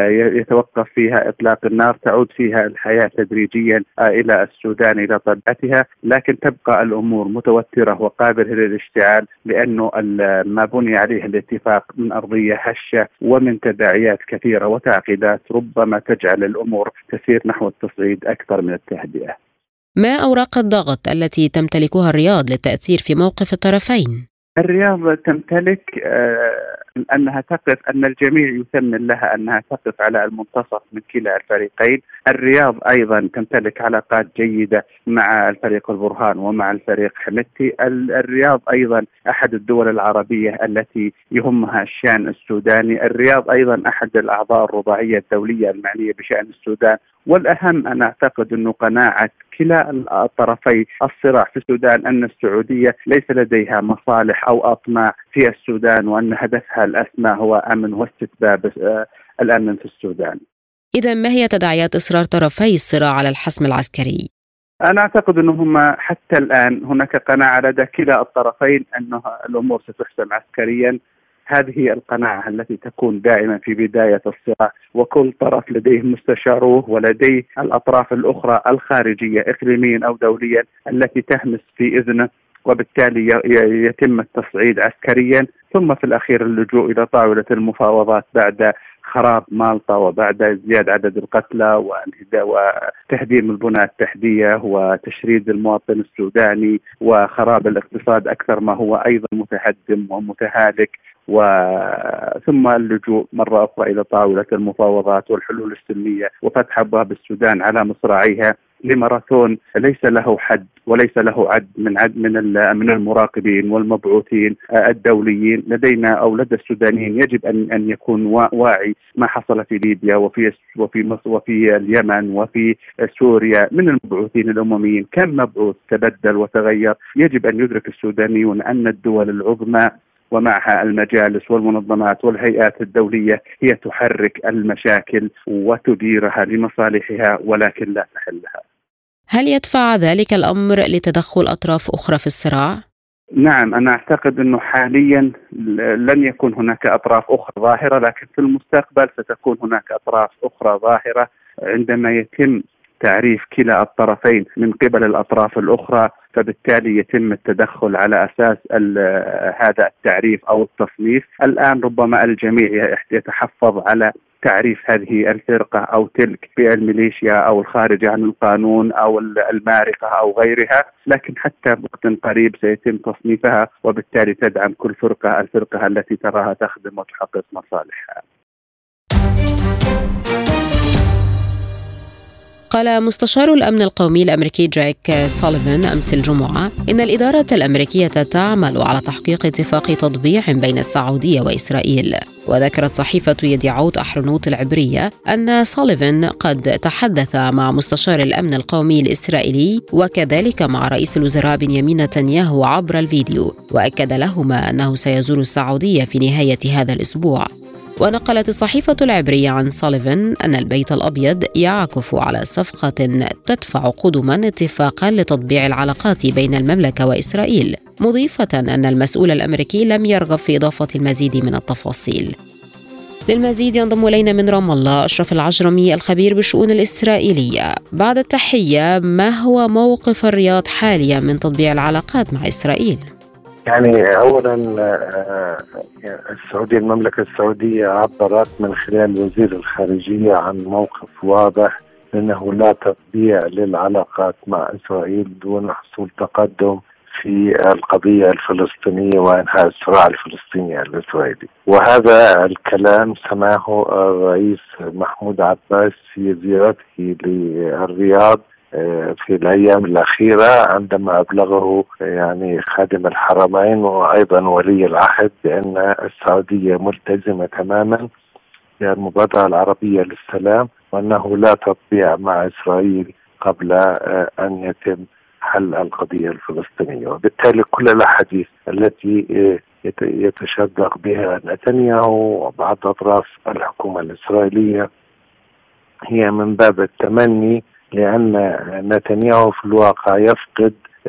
يتوقف فيها إطلاق النار، تعود فيها الحياة تدريجيا إلى السودان إلى طبيعتها، لكن تبقى الأمور متوترة وقابلة للاشتعال لأنه ما بني عليه الاتفاق من أرضية هشة ومن تداعيات كثيرة وتعقيدات ربما تجعل الأمور تسير نحو التصعيد أكثر من التهدئة. ما أوراق الضغط التي تمتلكها الرياض للتأثير في موقف الطرفين؟ الرياض تمتلك آه أنها تقف، أن الجميع يثمن لها أنها تقف على المنتصف من كلا الفريقين. الرياض أيضا تمتلك علاقات جيدة مع الفريق البرهان ومع الفريق حميدتي. الرياض أيضا أحد الدول العربية التي يهمها الشأن السوداني. الرياض أيضا أحد الأعضاء الرباعية الدولية المعنية بشأن السودان. والأهم أنا أعتقد أنه قناعة كلا الطرفي الصراع في السودان أن السعودية ليس لديها مصالح أو أطماع في السودان، وأن هدفها الأسمى هو أمن واستتباب الأمن في السودان. إذا ما هي تداعيات إصرار طرفي الصراع على الحسم العسكري؟ أنا أعتقد أنهم حتى الآن هناك قناعة لدى كلا الطرفين أن الأمور ستحسم عسكريا. هذه القناعة التي تكون دائما في بداية الصراع، وكل طرف لديه مستشاروه ولديه الأطراف الأخرى الخارجية إقليميا أو دوليا التي تهمس في إذنه، وبالتالي يتم التصعيد عسكريا، ثم في الأخير اللجوء إلى طاولة المفاوضات بعد خراب مالطا وبعد زيادة عدد القتلى وتهديم البنى التحتية وتشريد المواطن السوداني وخراب الاقتصاد أكثر ما هو أيضا متهدم ومتهالك، وثم اللجوء مرة أخرى إلى طاولة المفاوضات والحلول السلمية وفتح أبواب السودان على مصراعيها لماراثون ليس له حد وليس له عد من عد من من المراقبين والمبعوثين الدوليين لدينا او لدى السودانيين. يجب ان ان يكون واعي ما حصل في ليبيا وفي وفي مصر وفي اليمن وفي سوريا من المبعوثين الامميين، كم مبعوث تبدل وتغير. يجب ان يدرك السودانيون ان الدول العظمى ومعها المجالس والمنظمات والهيئات الدولية هي تحرك المشاكل وتديرها لمصالحها ولكن لا تحلها. هل يدفع ذلك الأمر لتدخل أطراف أخرى في الصراع؟ نعم، أنا أعتقد أنه حاليا لن يكون هناك أطراف أخرى ظاهرة، لكن في المستقبل ستكون هناك أطراف أخرى ظاهرة عندما يتم تعريف كلا الطرفين من قبل الأطراف الأخرى، فبالتالي يتم التدخل على أساس هذا التعريف أو التصنيف. الآن ربما الجميع يتحفظ على تعريف هذه الفرقة أو تلك بالميليشيا أو الخارجة عن القانون أو المارقة أو غيرها، لكن حتى بوقت قريب سيتم تصنيفها، وبالتالي تدعم كل فرقة الفرقة التي تراها تخدم وتحقق مصالحها. قال مستشار الأمن القومي الأمريكي جاك سوليفان أمس الجمعة إن الإدارة الأمريكية تعمل على تحقيق اتفاق تطبيع بين السعودية وإسرائيل. وذكرت صحيفة يديعوت أحرنوت العبرية أن سوليفان قد تحدث مع مستشار الأمن القومي الإسرائيلي وكذلك مع رئيس الوزراء بنيامين نتنياهو عبر الفيديو، وأكد لهما أنه سيزور السعودية في نهاية هذا الأسبوع. ونقلت الصحيفة العبرية عن سوليفان أن البيت الأبيض يعكف على صفقة تدفع قدما اتفاقا لتطبيع العلاقات بين المملكة وإسرائيل، مضيفة أن المسؤول الأمريكي لم يرغب في إضافة المزيد من التفاصيل. للمزيد ينضم إلينا من رام الله أشرف العجرمي الخبير بالشؤون الإسرائيلية. بعد التحية، ما هو موقف الرياض حاليا من تطبيع العلاقات مع إسرائيل؟ يعني أولا السعودية المملكة السعودية عبرت من خلال وزير الخارجية عن موقف واضح أنه لا تطبيع للعلاقات مع إسرائيل دون حصول تقدم في القضية الفلسطينية وإنهاء الصراع الفلسطيني الإسرائيلي. وهذا الكلام سماه الرئيس محمود عباس في زيارته للرياض في الأيام الأخيرة، عندما أبلغه يعني خادم الحرمين وأيضا ولي العهد بأن السعودية ملتزمة تماما بالمبادرة العربية للسلام، وأنه لا تطبيع مع إسرائيل قبل أن يتم حل القضية الفلسطينية. وبالتالي كل الأحاديث التي يتشدق بها نتنياهو وبعض أطراف الحكومة الإسرائيلية هي من باب التمني، لأن نتنياهو في الواقع يفقد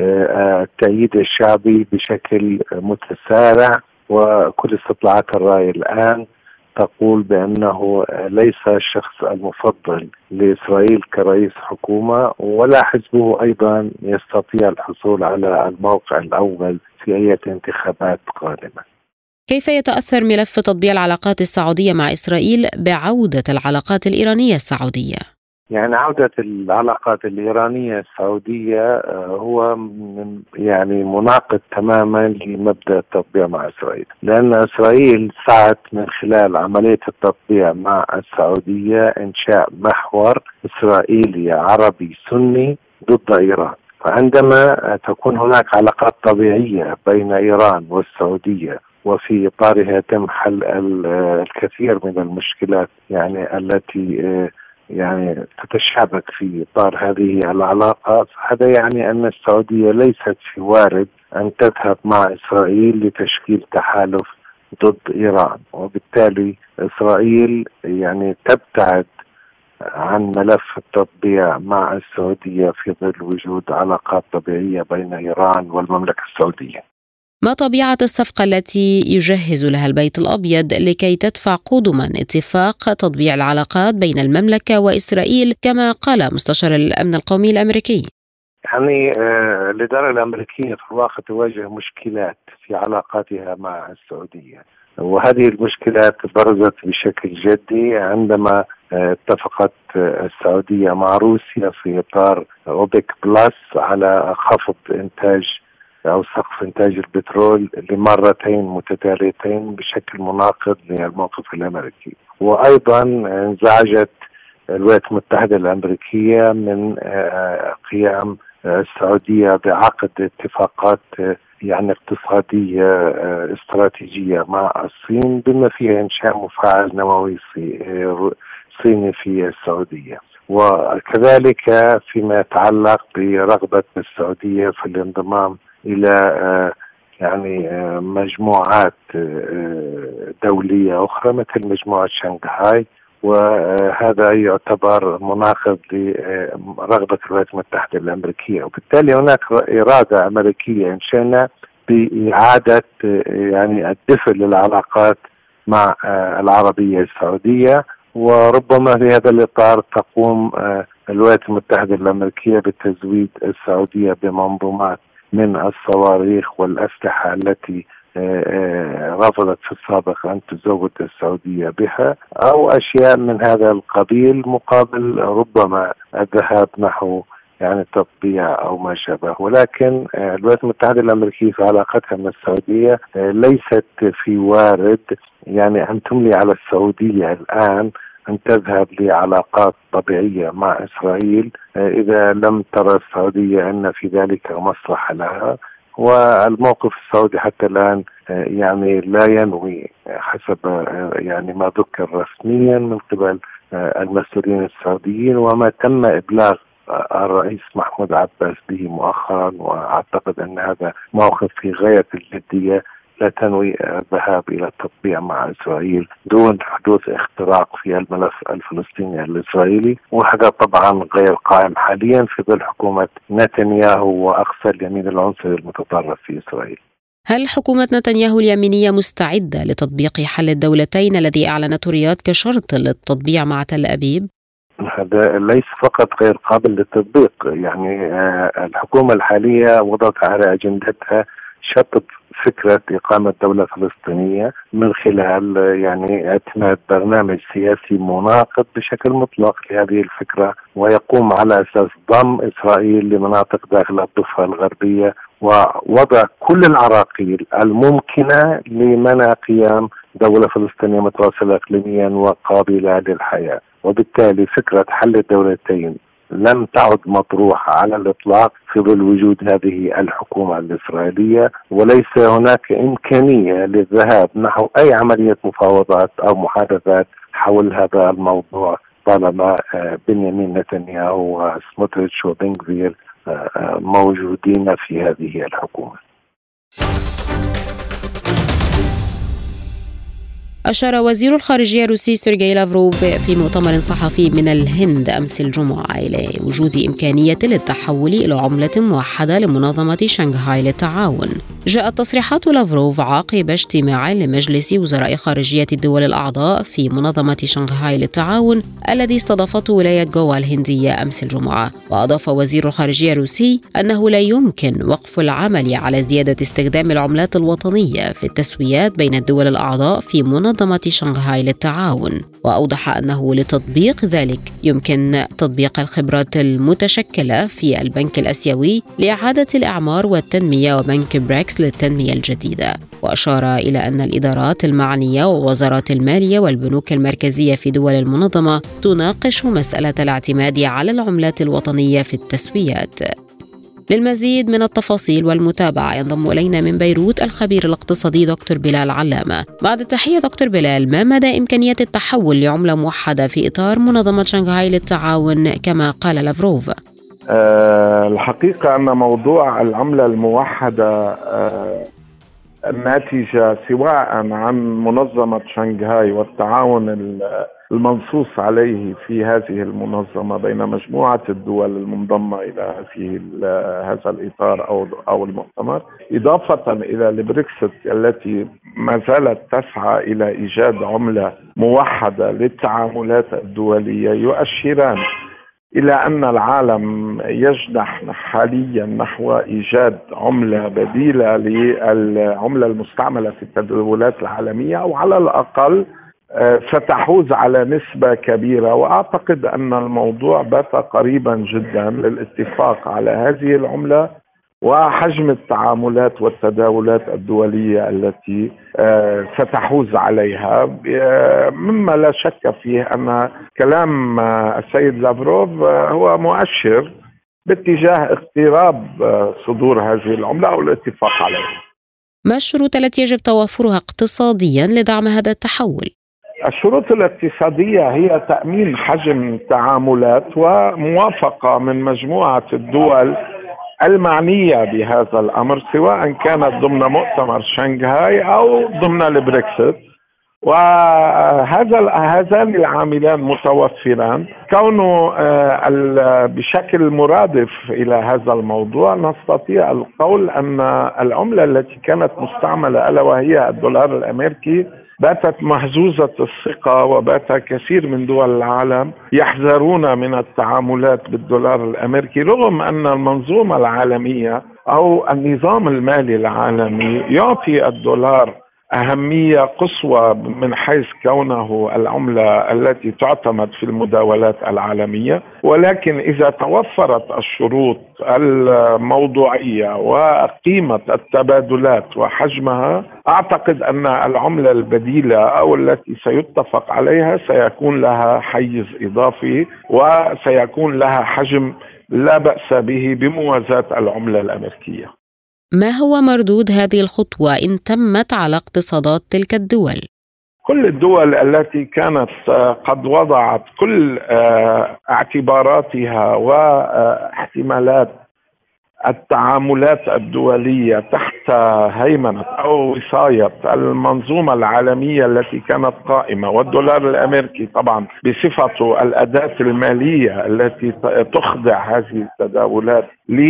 التأييد الشعبي بشكل متسارع، وكل استطلاعات الرأي الآن تقول بأنه ليس الشخص المفضل لإسرائيل كرئيس حكومة، ولا حزبه أيضا يستطيع الحصول على الموقع الأول في أي انتخابات قادمة. كيف يتأثر ملف تطبيع العلاقات السعودية مع إسرائيل بعودة العلاقات الإيرانية السعودية؟ يعني عودة العلاقات الإيرانية السعودية هو من يعني مناقض تماما لمبدأ التطبيع مع إسرائيل، لأن إسرائيل سعت من خلال عملية التطبيع مع السعودية إنشاء محور إسرائيلي عربي سني ضد إيران. فعندما تكون هناك علاقات طبيعية بين إيران والسعودية وفي إطارها يتم حل الكثير من المشكلات يعني التي يعني تتشابك في إطار هذه العلاقة، هذا يعني أن السعودية ليست في وارد أن تذهب مع إسرائيل لتشكيل تحالف ضد إيران، وبالتالي إسرائيل يعني تبتعد عن ملف التطبيع مع السعودية في ظل وجود علاقات طبيعية بين إيران والمملكة السعودية. ما طبيعة الصفقة التي يجهز لها البيت الأبيض لكي تدفع قدما اتفاق تطبيع العلاقات بين المملكة وإسرائيل كما قال مستشار الأمن القومي الأمريكي؟ يعني آه الإدارة الأمريكية في الواقع تواجه مشكلات في علاقاتها مع السعودية، وهذه المشكلات برزت بشكل جدي عندما آه اتفقت آه السعودية مع روسيا في إطار أوبك بلس على خفض إنتاج أو سقف إنتاج البترول لمرتين متتاليتين بشكل مناقض للموقف الأمريكي. وأيضا انزعجت الولايات المتحدة الأمريكية من قيام السعودية بعقد اتفاقات يعني اقتصادية استراتيجية مع الصين بما فيها إنشاء مفاعل نووي صيني في السعودية، وكذلك فيما يتعلق برغبة السعودية في الانضمام إلى يعني مجموعات دولية أخرى مثل مجموعة شنغهاي، وهذا يعتبر مناقض لرغبة الولايات المتحدة الأمريكية. وبالتالي هناك إرادة أمريكية إن شئنا بإعادة يعني الدفء للعلاقات مع العربية السعودية، وربما في هذا الإطار تقوم الولايات المتحدة الأمريكية بتزويد السعودية بمنظومات من الصواريخ والأسلحة التي رفضت في السابق أن تزود السعودية بها، أو أشياء من هذا القبيل مقابل ربما الذهاب نحو يعني تطبيع أو ما شابه. ولكن الولايات المتحدة الأمريكية في علاقتها مع السعودية ليست في وارد يعني أن تملي على السعودية الآن أن تذهب لعلاقات طبيعية مع إسرائيل إذا لم ترى السعودية أن في ذلك مصلحة لها. والموقف السعودي حتى الآن يعني لا ينوي حسب يعني ما ذكر رسميا من قبل المسؤولين السعوديين وما تم إبلاغ الرئيس محمود عباس به مؤخرا، وأعتقد أن هذا موقف في غاية الجدية، لا تنوي الذهاب إلى التطبيع مع إسرائيل دون حدوث اختراق في الملف الفلسطيني الإسرائيلي، وهذا طبعا غير قائم حاليا في ظل حكومة نتنياهو وأقصى اليمين العنصري المتطرف في إسرائيل. هل حكومة نتنياهو اليمينية مستعدة لتطبيق حل الدولتين الذي أعلنته الرياض كشرط للتطبيع مع تل أبيب؟ هذا ليس فقط غير قابل للتطبيق، يعني الحكومة الحالية وضعت على أجندتها شطب فكرة إقامة دولة فلسطينية من خلال يعني اعتماد برنامج سياسي مناقض بشكل مطلق لهذه الفكرة، ويقوم على أساس ضم إسرائيل لمناطق داخل الضفة الغربية ووضع كل العراقيل الممكنة لمنع قيام دولة فلسطينية متواصلة إقليميا وقابلة للحياة. وبالتالي فكرة حل الدولتين لم تعد مطروحة على الإطلاق في ظل وجود هذه الحكومة الإسرائيلية، وليس هناك إمكانية للذهاب نحو أي عملية مفاوضات أو محادثات حول هذا الموضوع طالما بنيامين نتنياهو وسموتريتش وبن غفير موجودين في هذه الحكومة. أشار وزير الخارجية الروسي سيرجي لافروف في مؤتمر صحفي من الهند أمس الجمعة إلى وجود إمكانية للتحول إلى عملة موحدة لمنظمة شنغهاي للتعاون. جاءت تصريحات لافروف عقب اجتماع لمجلس وزراء خارجية الدول الأعضاء في منظمة شنغهاي للتعاون الذي استضافته ولاية جوا الهندية أمس الجمعة. وأضاف وزير الخارجية الروسي أنه لا يمكن وقف العمل على زيادة استخدام العملات الوطنية في التسويات بين الدول الأعضاء في منظمة منظمة شنغهاي للتعاون. وأوضح أنه لتطبيق ذلك يمكن تطبيق الخبرات المتشكلة في البنك الآسيوي لإعادة الإعمار والتنمية وبنك بريكس للتنمية الجديدة. وأشار إلى أن الإدارات المعنية ووزارات المالية والبنوك المركزية في دول المنظمة تناقش مسألة الاعتماد على العملات الوطنية في التسويات. للمزيد من التفاصيل والمتابعة ينضم إلينا من بيروت الخبير الاقتصادي دكتور بلال علامة. بعد التحية دكتور بلال، ما مدى إمكانية التحول لعملة موحدة في إطار منظمة شنغهاي للتعاون كما قال لافروف؟ أه الحقيقة أن موضوع العملة الموحدة أه الناتجة سواء عن منظمة شنغهاي والتعاون المنصوص عليه في هذه المنظمة بين مجموعة الدول المنضمة إلى في هذا الإطار أو أو المؤتمر، إضافة إلى البريكسيت التي ما زالت تسعى إلى إيجاد عملة موحدة للتعاملات الدولية، يؤشران إلى أن العالم يجنح حاليا نحو إيجاد عملة بديلة للعملة المستعملة في التداولات العالمية، أو على الأقل ستحوز على نسبة كبيرة. وأعتقد أن الموضوع بات قريبا جدا للاتفاق على هذه العملة وحجم التعاملات والتداولات الدولية التي ستحوز عليها، مما لا شك فيه أن كلام السيد لافروف هو مؤشر باتجاه اقتراب صدور هذه العملة أو الاتفاق عليها. ما الشروط التي يجب توفرها اقتصاديا لدعم هذا التحول؟ الشروط الاقتصادية هي تأمين حجم تعاملات وموافقة من مجموعة الدول المعنية بهذا الأمر، سواء كانت ضمن مؤتمر شنغهاي أو ضمن البريكسيت. وهذا هذان العاملان متوفران، كونه بشكل مرادف إلى هذا الموضوع نستطيع القول أن العملة التي كانت مستعملة ألا وهي الدولار الأمريكي باتت مهزوزة الثقة، وبات كثير من دول العالم يحذرون من التعاملات بالدولار الأمريكي، رغم أن المنظومة العالمية أو النظام المالي العالمي يعطي الدولار أهمية قصوى من حيث كونه العملة التي تعتمد في المداولات العالمية، ولكن إذا توفرت الشروط الموضوعية وقيمة التبادلات وحجمها، أعتقد أن العملة البديلة أو التي سيتفق عليها سيكون لها حيز إضافي وسيكون لها حجم لا بأس به بموازاة العملة الأمريكية. ما هو مردود هذه الخطوة إن تمت على اقتصادات تلك الدول؟ كل الدول التي كانت قد وضعت كل اعتباراتها واحتمالات التعاملات الدولية تحت هيمنة أو وصاية المنظومة العالمية التي كانت قائمة، والدولار الأمريكي طبعا بصفته الأداة المالية التي تخضع هذه التداولات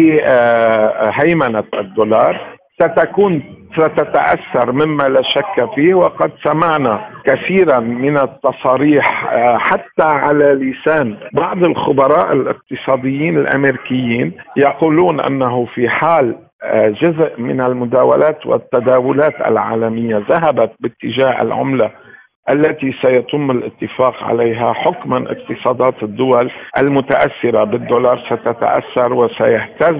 لهيمنة الدولار، ستكون ستتأثر مما لا شك فيه. وقد سمعنا كثيرا من التصاريح حتى على لسان بعض الخبراء الاقتصاديين الأمريكيين يقولون أنه في حال جزء من المداولات والتداولات العالمية ذهبت باتجاه العملة التي سيتم الاتفاق عليها، حكما اقتصادات الدول المتأثرة بالدولار ستتأثر وسيهتز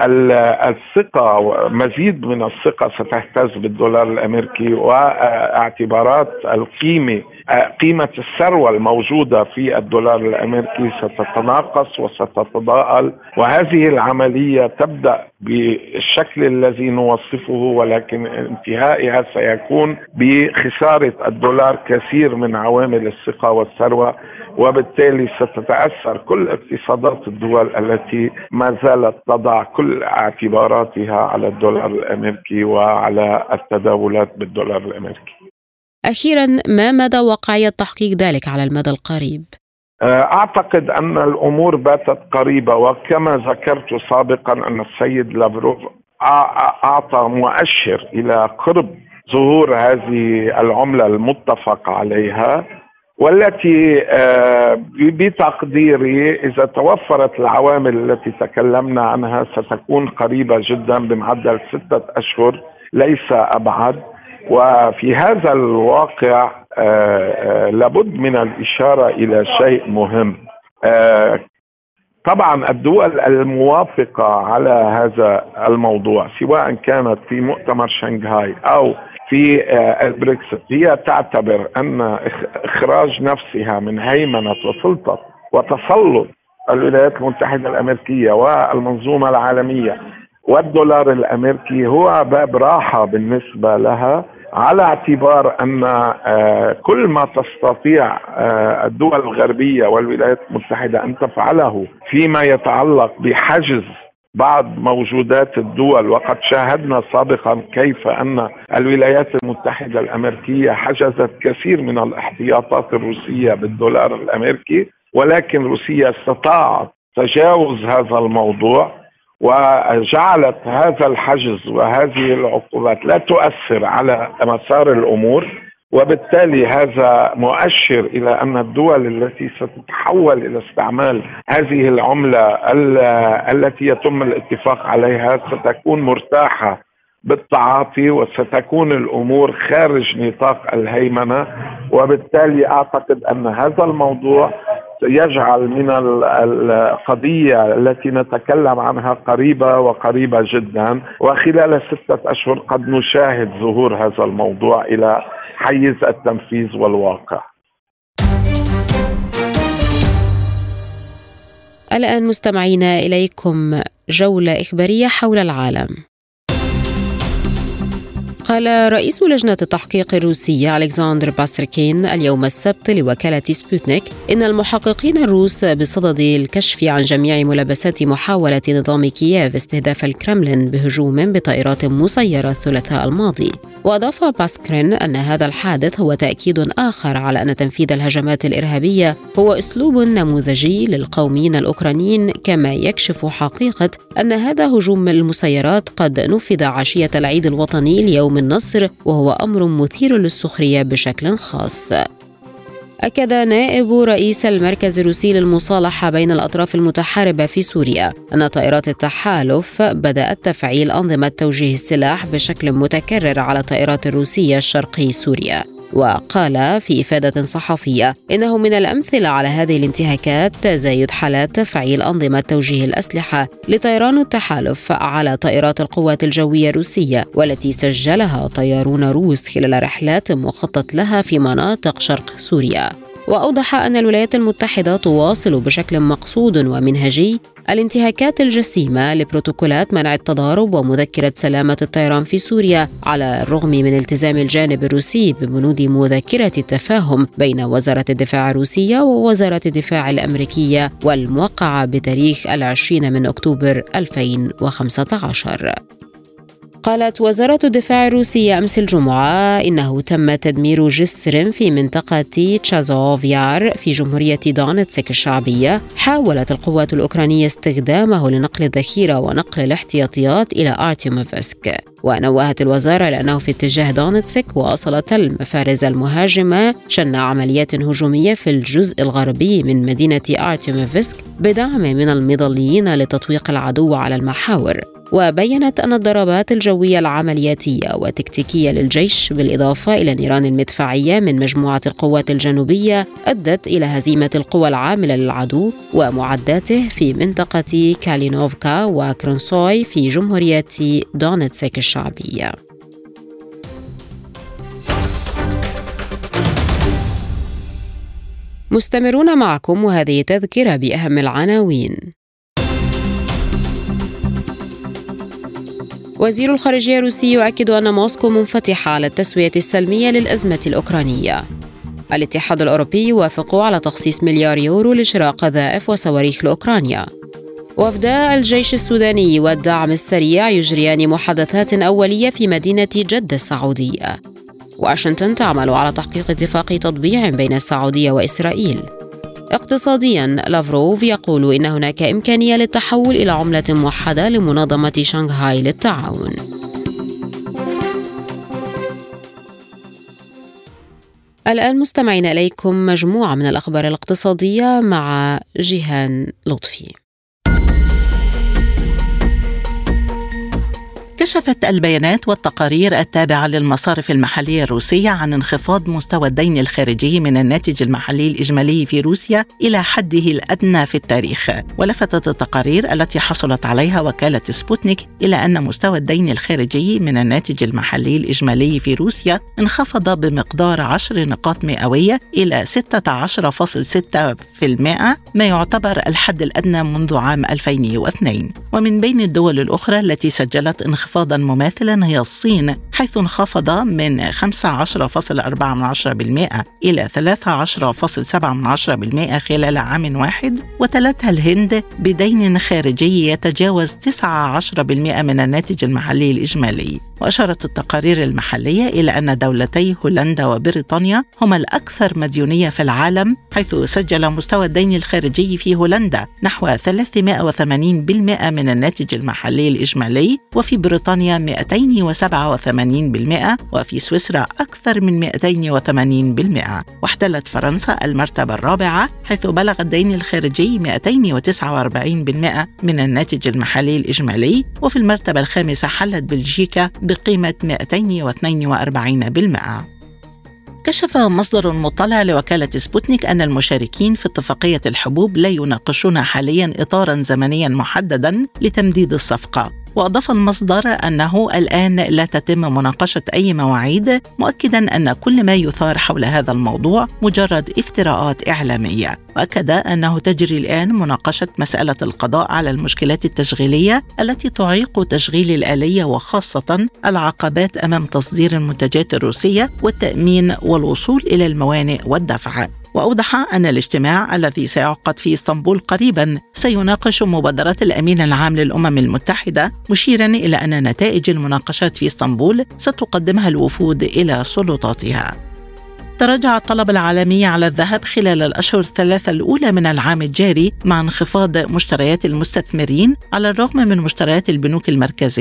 الثقة، مزيد من الثقة ستهتز بالدولار الأمريكي، واعتبارات القيمة قيمة الثروة الموجودة في الدولار الأمريكي ستتناقص وستتضاءل، وهذه العملية تبدأ بالشكل الذي نوصفه، ولكن انتهائها سيكون بخسارة الدولار كثير من عوامل الثقة والثروة، وبالتالي ستتأثر كل اقتصادات الدول التي ما زالت تضع كل اعتباراتها على الدولار الأمريكي وعلى التداولات بالدولار الأمريكي. أخيرا، ما مدى واقعية تحقيق ذلك على المدى القريب؟ أعتقد أن الأمور باتت قريبة، وكما ذكرت سابقا أن السيد لافروف أعطى مؤشر إلى قرب ظهور هذه العملة المتفق عليها، والتي بتقديري إذا توفرت العوامل التي تكلمنا عنها ستكون قريبة جدا بمعدل ستة أشهر ليس أبعد. وفي هذا الواقع لابد من الإشارة إلى شيء مهم. طبعا الدول الموافقة على هذا الموضوع سواء كانت في مؤتمر شنغهاي أو في البريكسيت هي تعتبر أن إخراج نفسها من هيمنة وسلطة وتسلط الولايات المتحدة الأمريكية والمنظومة العالمية والدولار الأمريكي هو باب راحة بالنسبة لها، على اعتبار أن كل ما تستطيع الدول الغربية والولايات المتحدة أن تفعله فيما يتعلق بحجز بعض موجودات الدول، وقد شاهدنا سابقا كيف أن الولايات المتحدة الأمريكية حجزت كثير من الاحتياطات الروسية بالدولار الأمريكي، ولكن روسيا استطاعت تجاوز هذا الموضوع وجعلت هذا الحجز وهذه العقوبات لا تؤثر على مسار الأمور، وبالتالي هذا مؤشر إلى أن الدول التي ستتحول إلى استعمال هذه العملة التي يتم الاتفاق عليها ستكون مرتاحة بالتعاطي، وستكون الأمور خارج نطاق الهيمنة. وبالتالي أعتقد أن هذا الموضوع يجعل من القضية التي نتكلم عنها قريبة وقريبة جدا، وخلال ستة أشهر قد نشاهد ظهور هذا الموضوع إلى حيز التنفيذ والواقع. الآن مستمعينا إليكم جولة إخبارية حول العالم. قال رئيس لجنة التحقيق الروسية ألكسندر باستركين اليوم السبت لوكالة سبوتنيك إن المحققين الروس بصدد الكشف عن جميع ملابسات محاولة نظام كييف استهداف الكرملين بهجوم بطائرات مسيرة الثلاثاء الماضي. وأضاف باسكرين أن هذا الحادث هو تأكيد آخر على أن تنفيذ الهجمات الإرهابية هو أسلوب نموذجي للقوميين الأوكرانيين، كما يكشف حقيقة أن هذا هجوم المسيرات قد نفذ عشية العيد الوطني ليوم النصر، وهو أمر مثير للسخرية بشكل خاص. أكد نائب رئيس المركز الروسي للمصالحة بين الأطراف المتحاربة في سوريا أن طائرات التحالف بدأت تفعيل أنظمة توجيه السلاح بشكل متكرر على الطائرات الروسية الشرقي سوريا. وقال في إفادة صحفية إنه من الأمثلة على هذه الانتهاكات تزايد حالات تفعيل أنظمة توجيه الأسلحة لطيران التحالف على طائرات القوات الجوية الروسية، والتي سجلها طيارون روس خلال رحلات مخطط لها في مناطق شرق سوريا. وأوضح أن الولايات المتحدة تواصل بشكل مقصود ومنهجي الانتهاكات الجسيمة لبروتوكولات منع التضارب ومذكرة سلامة الطيران في سوريا، على الرغم من التزام الجانب الروسي ببنود مذكرة التفاهم بين وزارة الدفاع الروسية ووزارة الدفاع الأمريكية والموقعة بتاريخ العشرين من أكتوبر ألفين وخمسة عشر. قالت وزارة الدفاع الروسية أمس الجمعة إنه تم تدمير جسر في منطقة تشازوفيار في جمهورية دونيتسك الشعبية. حاولت القوات الأوكرانية استخدامه لنقل الذخيرة ونقل الاحتياطيات إلى أرتيموفسك. ونوهت الوزارة لأنه في اتجاه دونيتسك واصلت المفارز المهاجمة شن عمليات هجومية في الجزء الغربي من مدينة أرتيموفسك بدعم من المظليين لتطويق العدو على المحاور. وبيّنت أن الضربات الجوية العملياتية وتكتيكية للجيش بالإضافة إلى النيران المدفعية من مجموعة القوات الجنوبية أدت إلى هزيمة القوى العاملة للعدو ومعداته في منطقة كالينوفكا وكرونسوي في جمهورية دونيتسك الشعبية. مستمرون معكم وهذه تذكرة بأهم العناوين. وزير الخارجية الروسي يؤكد أن موسكو منفتحة على التسوية السلمية للأزمة الأوكرانية. الاتحاد الأوروبي يوافق على تخصيص مليار يورو لشراء قذائف وصواريخ لأوكرانيا. وفدا الجيش السوداني والدعم السريع يجريان محادثات أولية في مدينة جدة السعودية. واشنطن تعمل على تحقيق اتفاق تطبيع بين السعودية وإسرائيل. اقتصادياً، لافروف يقول إن هناك إمكانية للتحول إلى عملة موحدة لمنظمة شنغهاي للتعاون. الآن مستمعين إليكم مجموعة من الأخبار الاقتصادية مع جيهان لطفي. كشفت البيانات والتقارير التابعة للمصارف المحلية الروسية عن انخفاض مستوى الدين الخارجي من الناتج المحلي الإجمالي في روسيا إلى حده الأدنى في التاريخ. ولفتت التقارير التي حصلت عليها وكالة سبوتنيك إلى أن مستوى الدين الخارجي من الناتج المحلي الإجمالي في روسيا انخفض بمقدار عشر نقاط مئوية إلى ستة عشر فاصلة ستة بالمئة، ما يعتبر الحد الأدنى منذ عام ألفين واثنين. ومن بين الدول الأخرى التي سجلت انخفاض انخفاضا مماثلا هي الصين، حيث انخفض من خمسة عشر فاصلة أربعة بالمئة إلى ثلاثة عشر فاصلة سبعة بالمئة خلال عام واحد. وتلتها الهند بدين خارجي يتجاوز تسعة عشر بالمئة من الناتج المحلي الإجمالي. وأشارت التقارير المحلية إلى أن دولتي هولندا وبريطانيا هما الأكثر مديونية في العالم، حيث سجل مستوى الدين الخارجي في هولندا نحو ثلاثمئة وثمانين بالمئة من الناتج المحلي الإجمالي، وفي بريطانيا مئتين وسبعة وثمانين بالمئة، وفي سويسرا أكثر من مئتين وثمانين بالمئة. واحتلت فرنسا المرتبة الرابعة، حيث بلغ الدين الخارجي مئتين وتسعة وأربعين بالمئة من الناتج المحلي الإجمالي. وفي المرتبة الخامسة حلت بلجيكا بقيمة مئتين واثنين وأربعين بالمئة. كشف مصدر مطلع لوكالة سبوتنيك أن المشاركين في اتفاقية الحبوب لا يناقشون حالياً إطاراً زمنياً محدداً لتمديد الصفقة. وأضاف المصدر أنه الآن لا تتم مناقشة أي مواعيد، مؤكداً أن كل ما يثار حول هذا الموضوع مجرد افتراءات إعلامية. وأكد أنه تجري الآن مناقشة مسألة القضاء على المشكلات التشغيلية التي تعيق تشغيل الآلية، وخاصة العقبات أمام تصدير المنتجات الروسية والتأمين والوصول إلى الموانئ والدفع. وأوضح أن الاجتماع الذي سيعقد في اسطنبول قريبا سيناقش مبادرات الأمين العام للأمم المتحدة، مشيرا إلى أن نتائج المناقشات في اسطنبول ستقدمها الوفود إلى سلطاتها. تراجع الطلب العالمي على الذهب خلال الأشهر الثلاثة الأولى من العام الجاري مع انخفاض مشتريات المستثمرين على الرغم من مشتريات البنوك المركزية.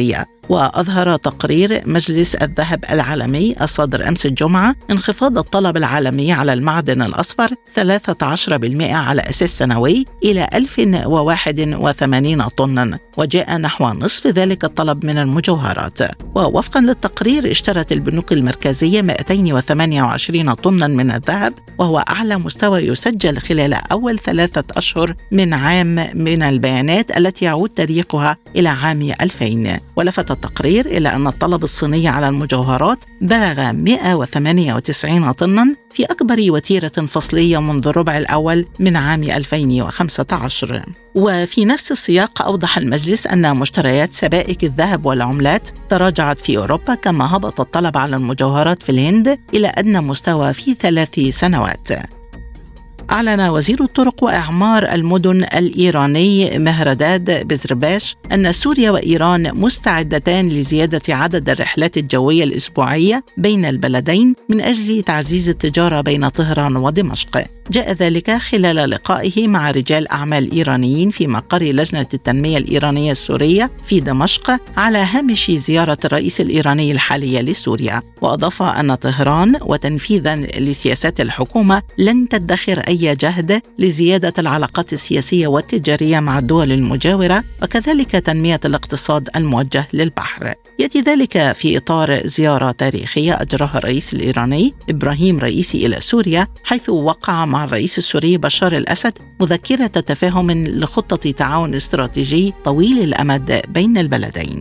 وأظهر تقرير مجلس الذهب العالمي الصادر أمس الجمعة انخفاض الطلب العالمي على المعدن الأصفر ثلاثة عشر بالمئة على أساس سنوي إلى ألف وواحد وثمانين طنا، وجاء نحو نصف ذلك الطلب من المجوهرات. ووفقا للتقرير اشترت البنوك المركزية مئتين وثمانية وعشرين طنا من الذهب، وهو أعلى مستوى يسجل خلال أول ثلاثة أشهر من عام من البيانات التي يعود تاريخها إلى عام ألفين. ولفت التقرير إلى أن الطلب الصيني على المجوهرات بلغ مئة وثمانية وتسعين طنا في أكبر وتيرة فصلية منذ الربع الأول من عام ألفين وخمسة عشر. وفي نفس السياق أوضح المجلس أن مشتريات سبائك الذهب والعملات تراجعت في أوروبا، كما هبط الطلب على المجوهرات في الهند إلى أدنى مستوى في ثلاث سنوات. أعلن وزير الطرق وإعمار المدن الإيراني مهرداد بزرباش أن سوريا وإيران مستعدتان لزيادة عدد الرحلات الجوية الأسبوعية بين البلدين من أجل تعزيز التجارة بين طهران ودمشق. جاء ذلك خلال لقائه مع رجال أعمال إيرانيين في مقر لجنة التنمية الإيرانية السورية في دمشق على هامش زيارة الرئيس الإيراني الحالية لسوريا. وأضاف أن طهران وتنفيذا لسياسات الحكومة لن تدخر أي جهد لزيادة العلاقات السياسية والتجارية مع الدول المجاورة، وكذلك تنمية الاقتصاد الموجه للبحر. يأتي ذلك في إطار زيارة تاريخية أجراها الرئيس الإيراني إبراهيم رئيسي إلى سوريا، حيث وقع مع الرئيس السوري بشار الأسد مذكرة تفاهم لخطة تعاون استراتيجي طويل الأمد بين البلدين.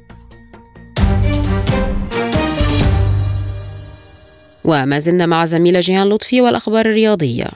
وما زلنا مع زميلة جيهان لطفي والأخبار الرياضية.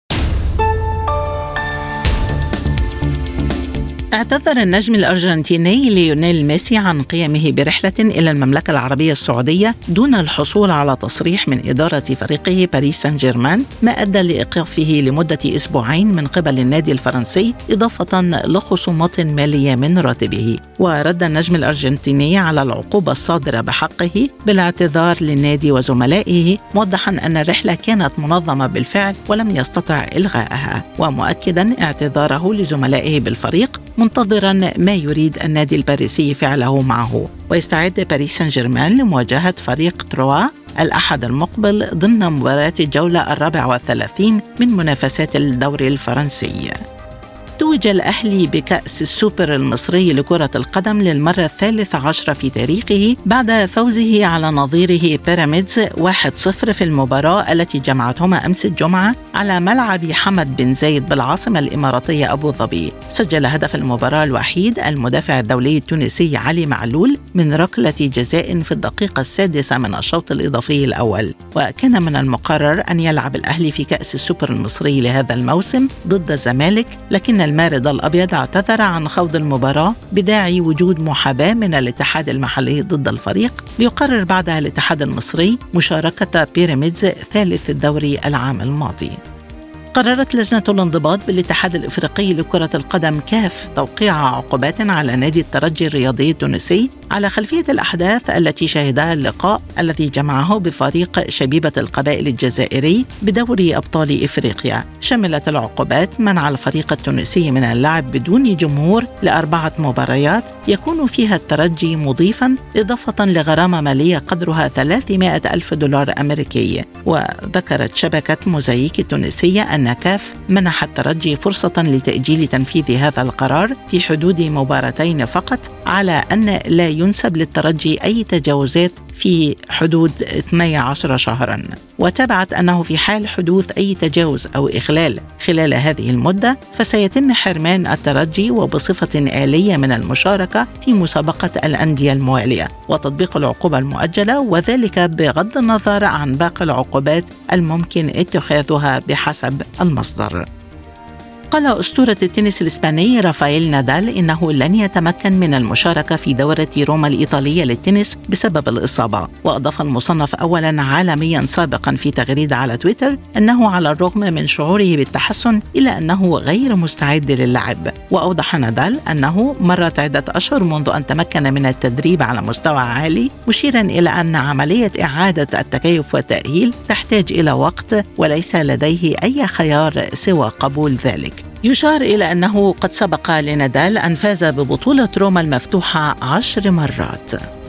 اعتذر النجم الأرجنتيني ليونيل ميسي عن قيامه برحلة إلى المملكة العربية السعودية دون الحصول على تصريح من إدارة فريقه باريس سان جيرمان، ما أدى لإيقافه لمدة أسبوعين من قبل النادي الفرنسي، إضافة لخصومات مالية من راتبه. ورد النجم الأرجنتيني على العقوبة الصادرة بحقه بالاعتذار للنادي وزملائه، موضحا أن الرحلة كانت منظمة بالفعل ولم يستطع إلغائها، ومؤكدا اعتذاره لزملائه بالفريق، منتظرا ما يريد النادي الباريسي فعله معه. ويستعد باريس سان جيرمان لمواجهة فريق تروا الأحد المقبل ضمن مباراة الجولة الرابعة والثلاثين من منافسات الدوري الفرنسي. توج الأهلي بكأس السوبر المصري لكرة القدم للمرة الثالثة عشرة في تاريخه بعد فوزه على نظيره بيراميدز واحد صفر في المباراة التي جمعتهما أمس الجمعة على ملعب حمد بن زايد بالعاصمة الإماراتية أبو ظبي. سجل هدف المباراة الوحيد المدافع الدولي التونسي علي معلول من ركلة جزاء في الدقيقة السادسة من الشوط الإضافي الأول. وكان من المقرر أن يلعب الأهلي في كأس السوبر المصري لهذا الموسم ضد الزمالك، لكن المارد الأبيض اعتذر عن خوض المباراة بداعي وجود محاباة من الاتحاد المحلي ضد الفريق، ليقرر بعدها الاتحاد المصري مشاركة بيراميدز ثالث الدوري العام الماضي. قررت لجنة الانضباط بالاتحاد الإفريقي لكرة القدم كاف توقيع عقوبات على نادي الترجي الرياضي التونسي على خلفية الأحداث التي شهدها اللقاء الذي جمعه بفريق شبيبة القبائل الجزائري بدوري أبطال إفريقيا. شملت العقوبات منع الفريق التونسي من اللعب بدون جمهور لأربعة مباريات يكون فيها الترجي مضيفا، إضافة لغرامة مالية قدرها ثلاثمائة ألف دولار أمريكي. وذكرت شبكة موزايك التونسية أن كاف منح الترجي فرصة لتأجيل تنفيذ هذا القرار في حدود مباراتين فقط، على أن لا ينسب للترجي أي تجاوزات في حدود اثني عشر شهرا. وتابعت أنه في حال حدوث أي تجاوز أو إخلال خلال هذه المدة فسيتم حرمان الترجي وبصفة آلية من المشاركة في مسابقة الأندية الموالية وتطبيق العقوبة المؤجلة، وذلك بغض النظر عن باقي العقوبات الممكن اتخاذها بحسب المصدر. قال أسطورة التنس الإسباني رافائيل نادال إنه لن يتمكن من المشاركة في دورة روما الإيطالية للتنس بسبب الإصابة. وأضاف المصنف أولا عالميا سابقا في تغريدة على تويتر أنه على الرغم من شعوره بالتحسن إلا أنه غير مستعد للعب. وأوضح نادال أنه مرت عدة أشهر منذ أن تمكن من التدريب على مستوى عالي، مشيرا إلى أن عملية إعادة التكيف والتأهيل تحتاج إلى وقت وليس لديه أي خيار سوى قبول ذلك. يشار إلى أنه قد سبق لنادال أن فاز ببطولة روما المفتوحة عشر مرات.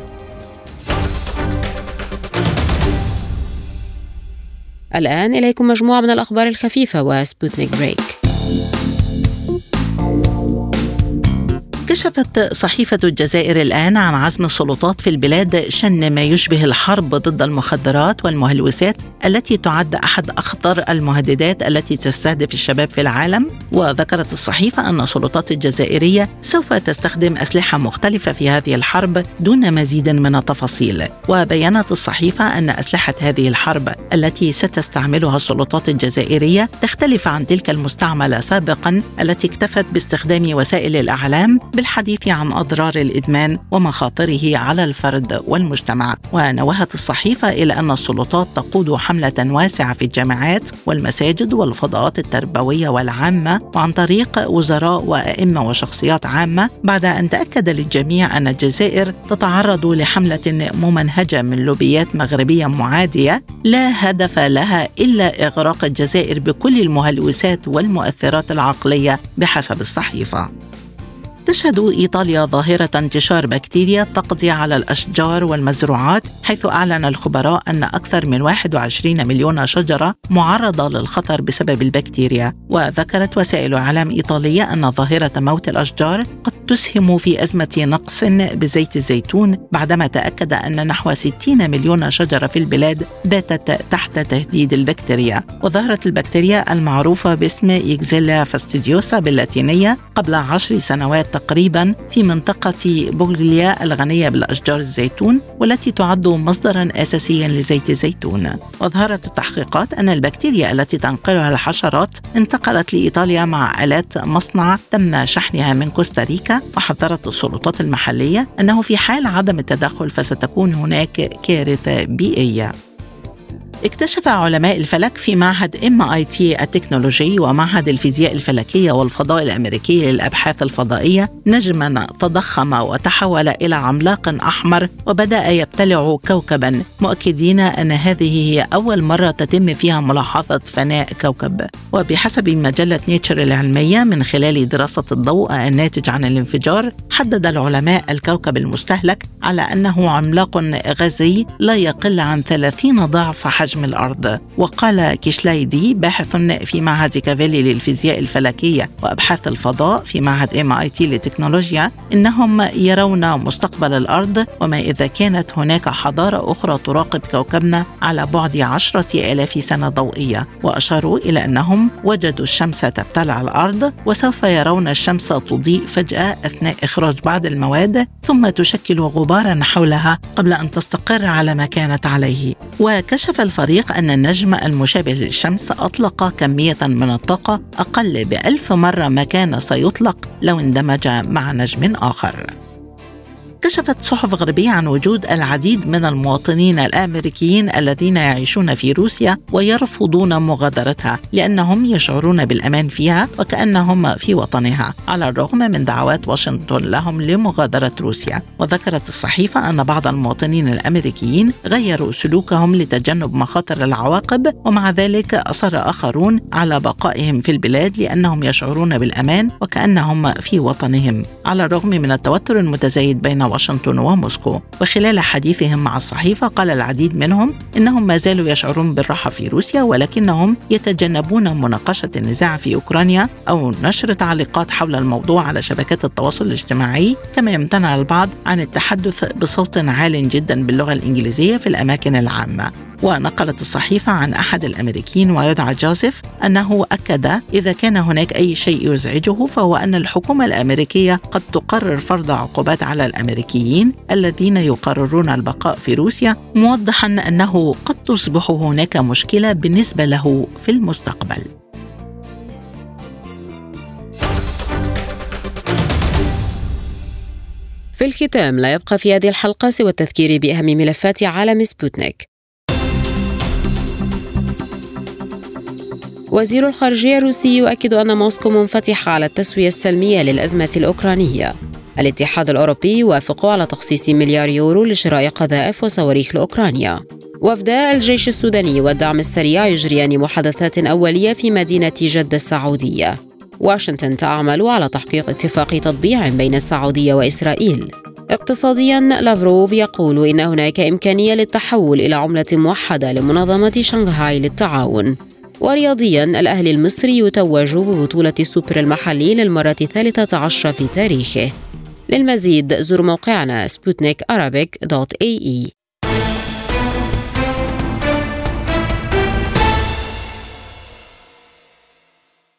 الآن إليكم مجموعة من الأخبار الخفيفة وسبوتنيك بريك. كشفت صحيفة الجزائر الآن عن عزم السلطات في البلاد شن ما يشبه الحرب ضد المخدرات والمهلوسات التي تعد أحد أخطر المهددات التي تستهدف الشباب في العالم. وذكرت الصحيفة أن السلطات الجزائرية سوف تستخدم أسلحة مختلفة في هذه الحرب دون مزيد من التفاصيل. وبيّنت الصحيفة أن أسلحة هذه الحرب التي ستستعملها السلطات الجزائرية تختلف عن تلك المستعملة سابقا التي اكتفت باستخدام وسائل الإعلام بالحديث عن أضرار الإدمان ومخاطره على الفرد والمجتمع. ونوهت الصحيفة إلى أن السلطات تقود حملة واسعة في الجامعات والمساجد والفضاءات التربوية والعامة وعن طريق وزراء وأئمة وشخصيات عامة، بعد أن تأكد للجميع أن الجزائر تتعرض لحملة ممنهجة من لوبيات مغربية معادية لا هدف لها إلا إغراق الجزائر بكل المهلوسات والمؤثرات العقلية بحسب الصحيفة. تشهد إيطاليا ظاهرة انتشار بكتيريا تقضي على الأشجار والمزروعات، حيث أعلن الخبراء أن أكثر من واحد وعشرين مليون شجرة معرضة للخطر بسبب البكتيريا. وذكرت وسائل إعلام إيطالية أن ظاهرة موت الأشجار قد تسهم في أزمة نقص بزيت الزيتون، بعدما تأكد أن نحو ستين مليون شجرة في البلاد باتت تحت تهديد البكتيريا. وظهرت البكتيريا المعروفة باسم إكزيلا فاستيديوسا باللاتينية قبل عشر سنوات تقريبا في منطقة بوغليا الغنية بالأشجار الزيتون، والتي تعد مصدرا أساسيا لزيت الزيتون. وظهرت التحقيقات أن البكتيريا التي تنقلها الحشرات انتقلت لإيطاليا مع آلات مصنع تم شحنها من كوستاريكا. وحذرت السلطات المحلية أنه في حال عدم التدخل فستكون هناك كارثة بيئية. اكتشف علماء الفلك في معهد إم آي تي التكنولوجي ومعهد الفيزياء الفلكية والفضاء الأمريكي للأبحاث الفضائية نجماً تضخم وتحول إلى عملاق أحمر وبدأ يبتلع كوكباً، مؤكدين أن هذه هي أول مرة تتم فيها ملاحظة فناء كوكب. وبحسب مجلة نيتشر العلمية، من خلال دراسة الضوء الناتج عن الانفجار، حدد العلماء الكوكب المستهلك على أنه عملاق غازي لا يقل عن ثلاثين ضعف حجم الأرض. وقال كيشلايدي باحث في معهد كافيلي للفيزياء الفلكية وأبحاث الفضاء في معهد إم آي تي للتكنولوجيا إنهم يرون مستقبل الأرض وما إذا كانت هناك حضارة أخرى تراقب كوكبنا على بعد عشرة آلاف سنة ضوئية. وأشاروا إلى أنهم وجدوا الشمس تبتلع الأرض وسوف يرون الشمس تضيء فجأة أثناء إخراج بعض المواد ثم تشكل غبارا حولها قبل أن تستقر على ما كانت عليه. وكشف الفريق أن النجم المشابه للشمس أطلق كمية من الطاقة أقل بألف مرة ما كان سيطلق لو اندمج مع نجم آخر. كشفت صحف غربية عن وجود العديد من المواطنين الأمريكيين الذين يعيشون في روسيا ويرفضون مغادرتها لأنهم يشعرون بالأمان فيها وكأنهم في وطنها، على الرغم من دعوات واشنطن لهم لمغادرة روسيا. وذكرت الصحيفة أن بعض المواطنين الأمريكيين غيروا سلوكهم لتجنب مخاطر العواقب، ومع ذلك أصر آخرون على بقائهم في البلاد لأنهم يشعرون بالأمان وكأنهم في وطنهم، على الرغم من التوتر المتزايد بين واشنطن وموسكو. وخلال حديثهم مع الصحيفة قال العديد منهم إنهم ما زالوا يشعرون بالراحة في روسيا، ولكنهم يتجنبون مناقشة النزاع في أوكرانيا أو نشر تعليقات حول الموضوع على شبكات التواصل الاجتماعي، كما يمتنع البعض عن التحدث بصوت عال جدا باللغة الإنجليزية في الأماكن العامة. ونقلت الصحيفة عن أحد الأمريكيين ويدعى جوزيف أنه أكد إذا كان هناك أي شيء يزعجه فهو أن الحكومة الأمريكية قد تقرر فرض عقوبات على الأمريكيين الذين يقررون البقاء في روسيا، موضحا أنه قد تصبح هناك مشكلة بالنسبة له في المستقبل. في الختام، لا يبقى في هذه الحلقة سوى التذكير بأهم ملفات عالم سبوتنيك. وزير الخارجية الروسي يؤكد أن موسكو منفتحة على التسوية السلمية للأزمة الأوكرانية. الاتحاد الأوروبي يوافق على تخصيص مليار يورو لشراء قذائف وصواريخ لأوكرانيا. وفدا الجيش السوداني والدعم السريع يجريان محادثات أولية في مدينة جدة السعودية. واشنطن تعمل على تحقيق اتفاق تطبيع بين السعودية وإسرائيل. اقتصادياً، لافروف يقول إن هناك إمكانية للتحول إلى عملة موحدة لمنظمة شنغهاي للتعاون. ورياضياً، الأهلي المصري يتوج ببطولة السوبر المحلي للمرة الثالثة عشرة في تاريخه. للمزيد زور موقعنا سبوتنيك أرابيك دوت إي إي.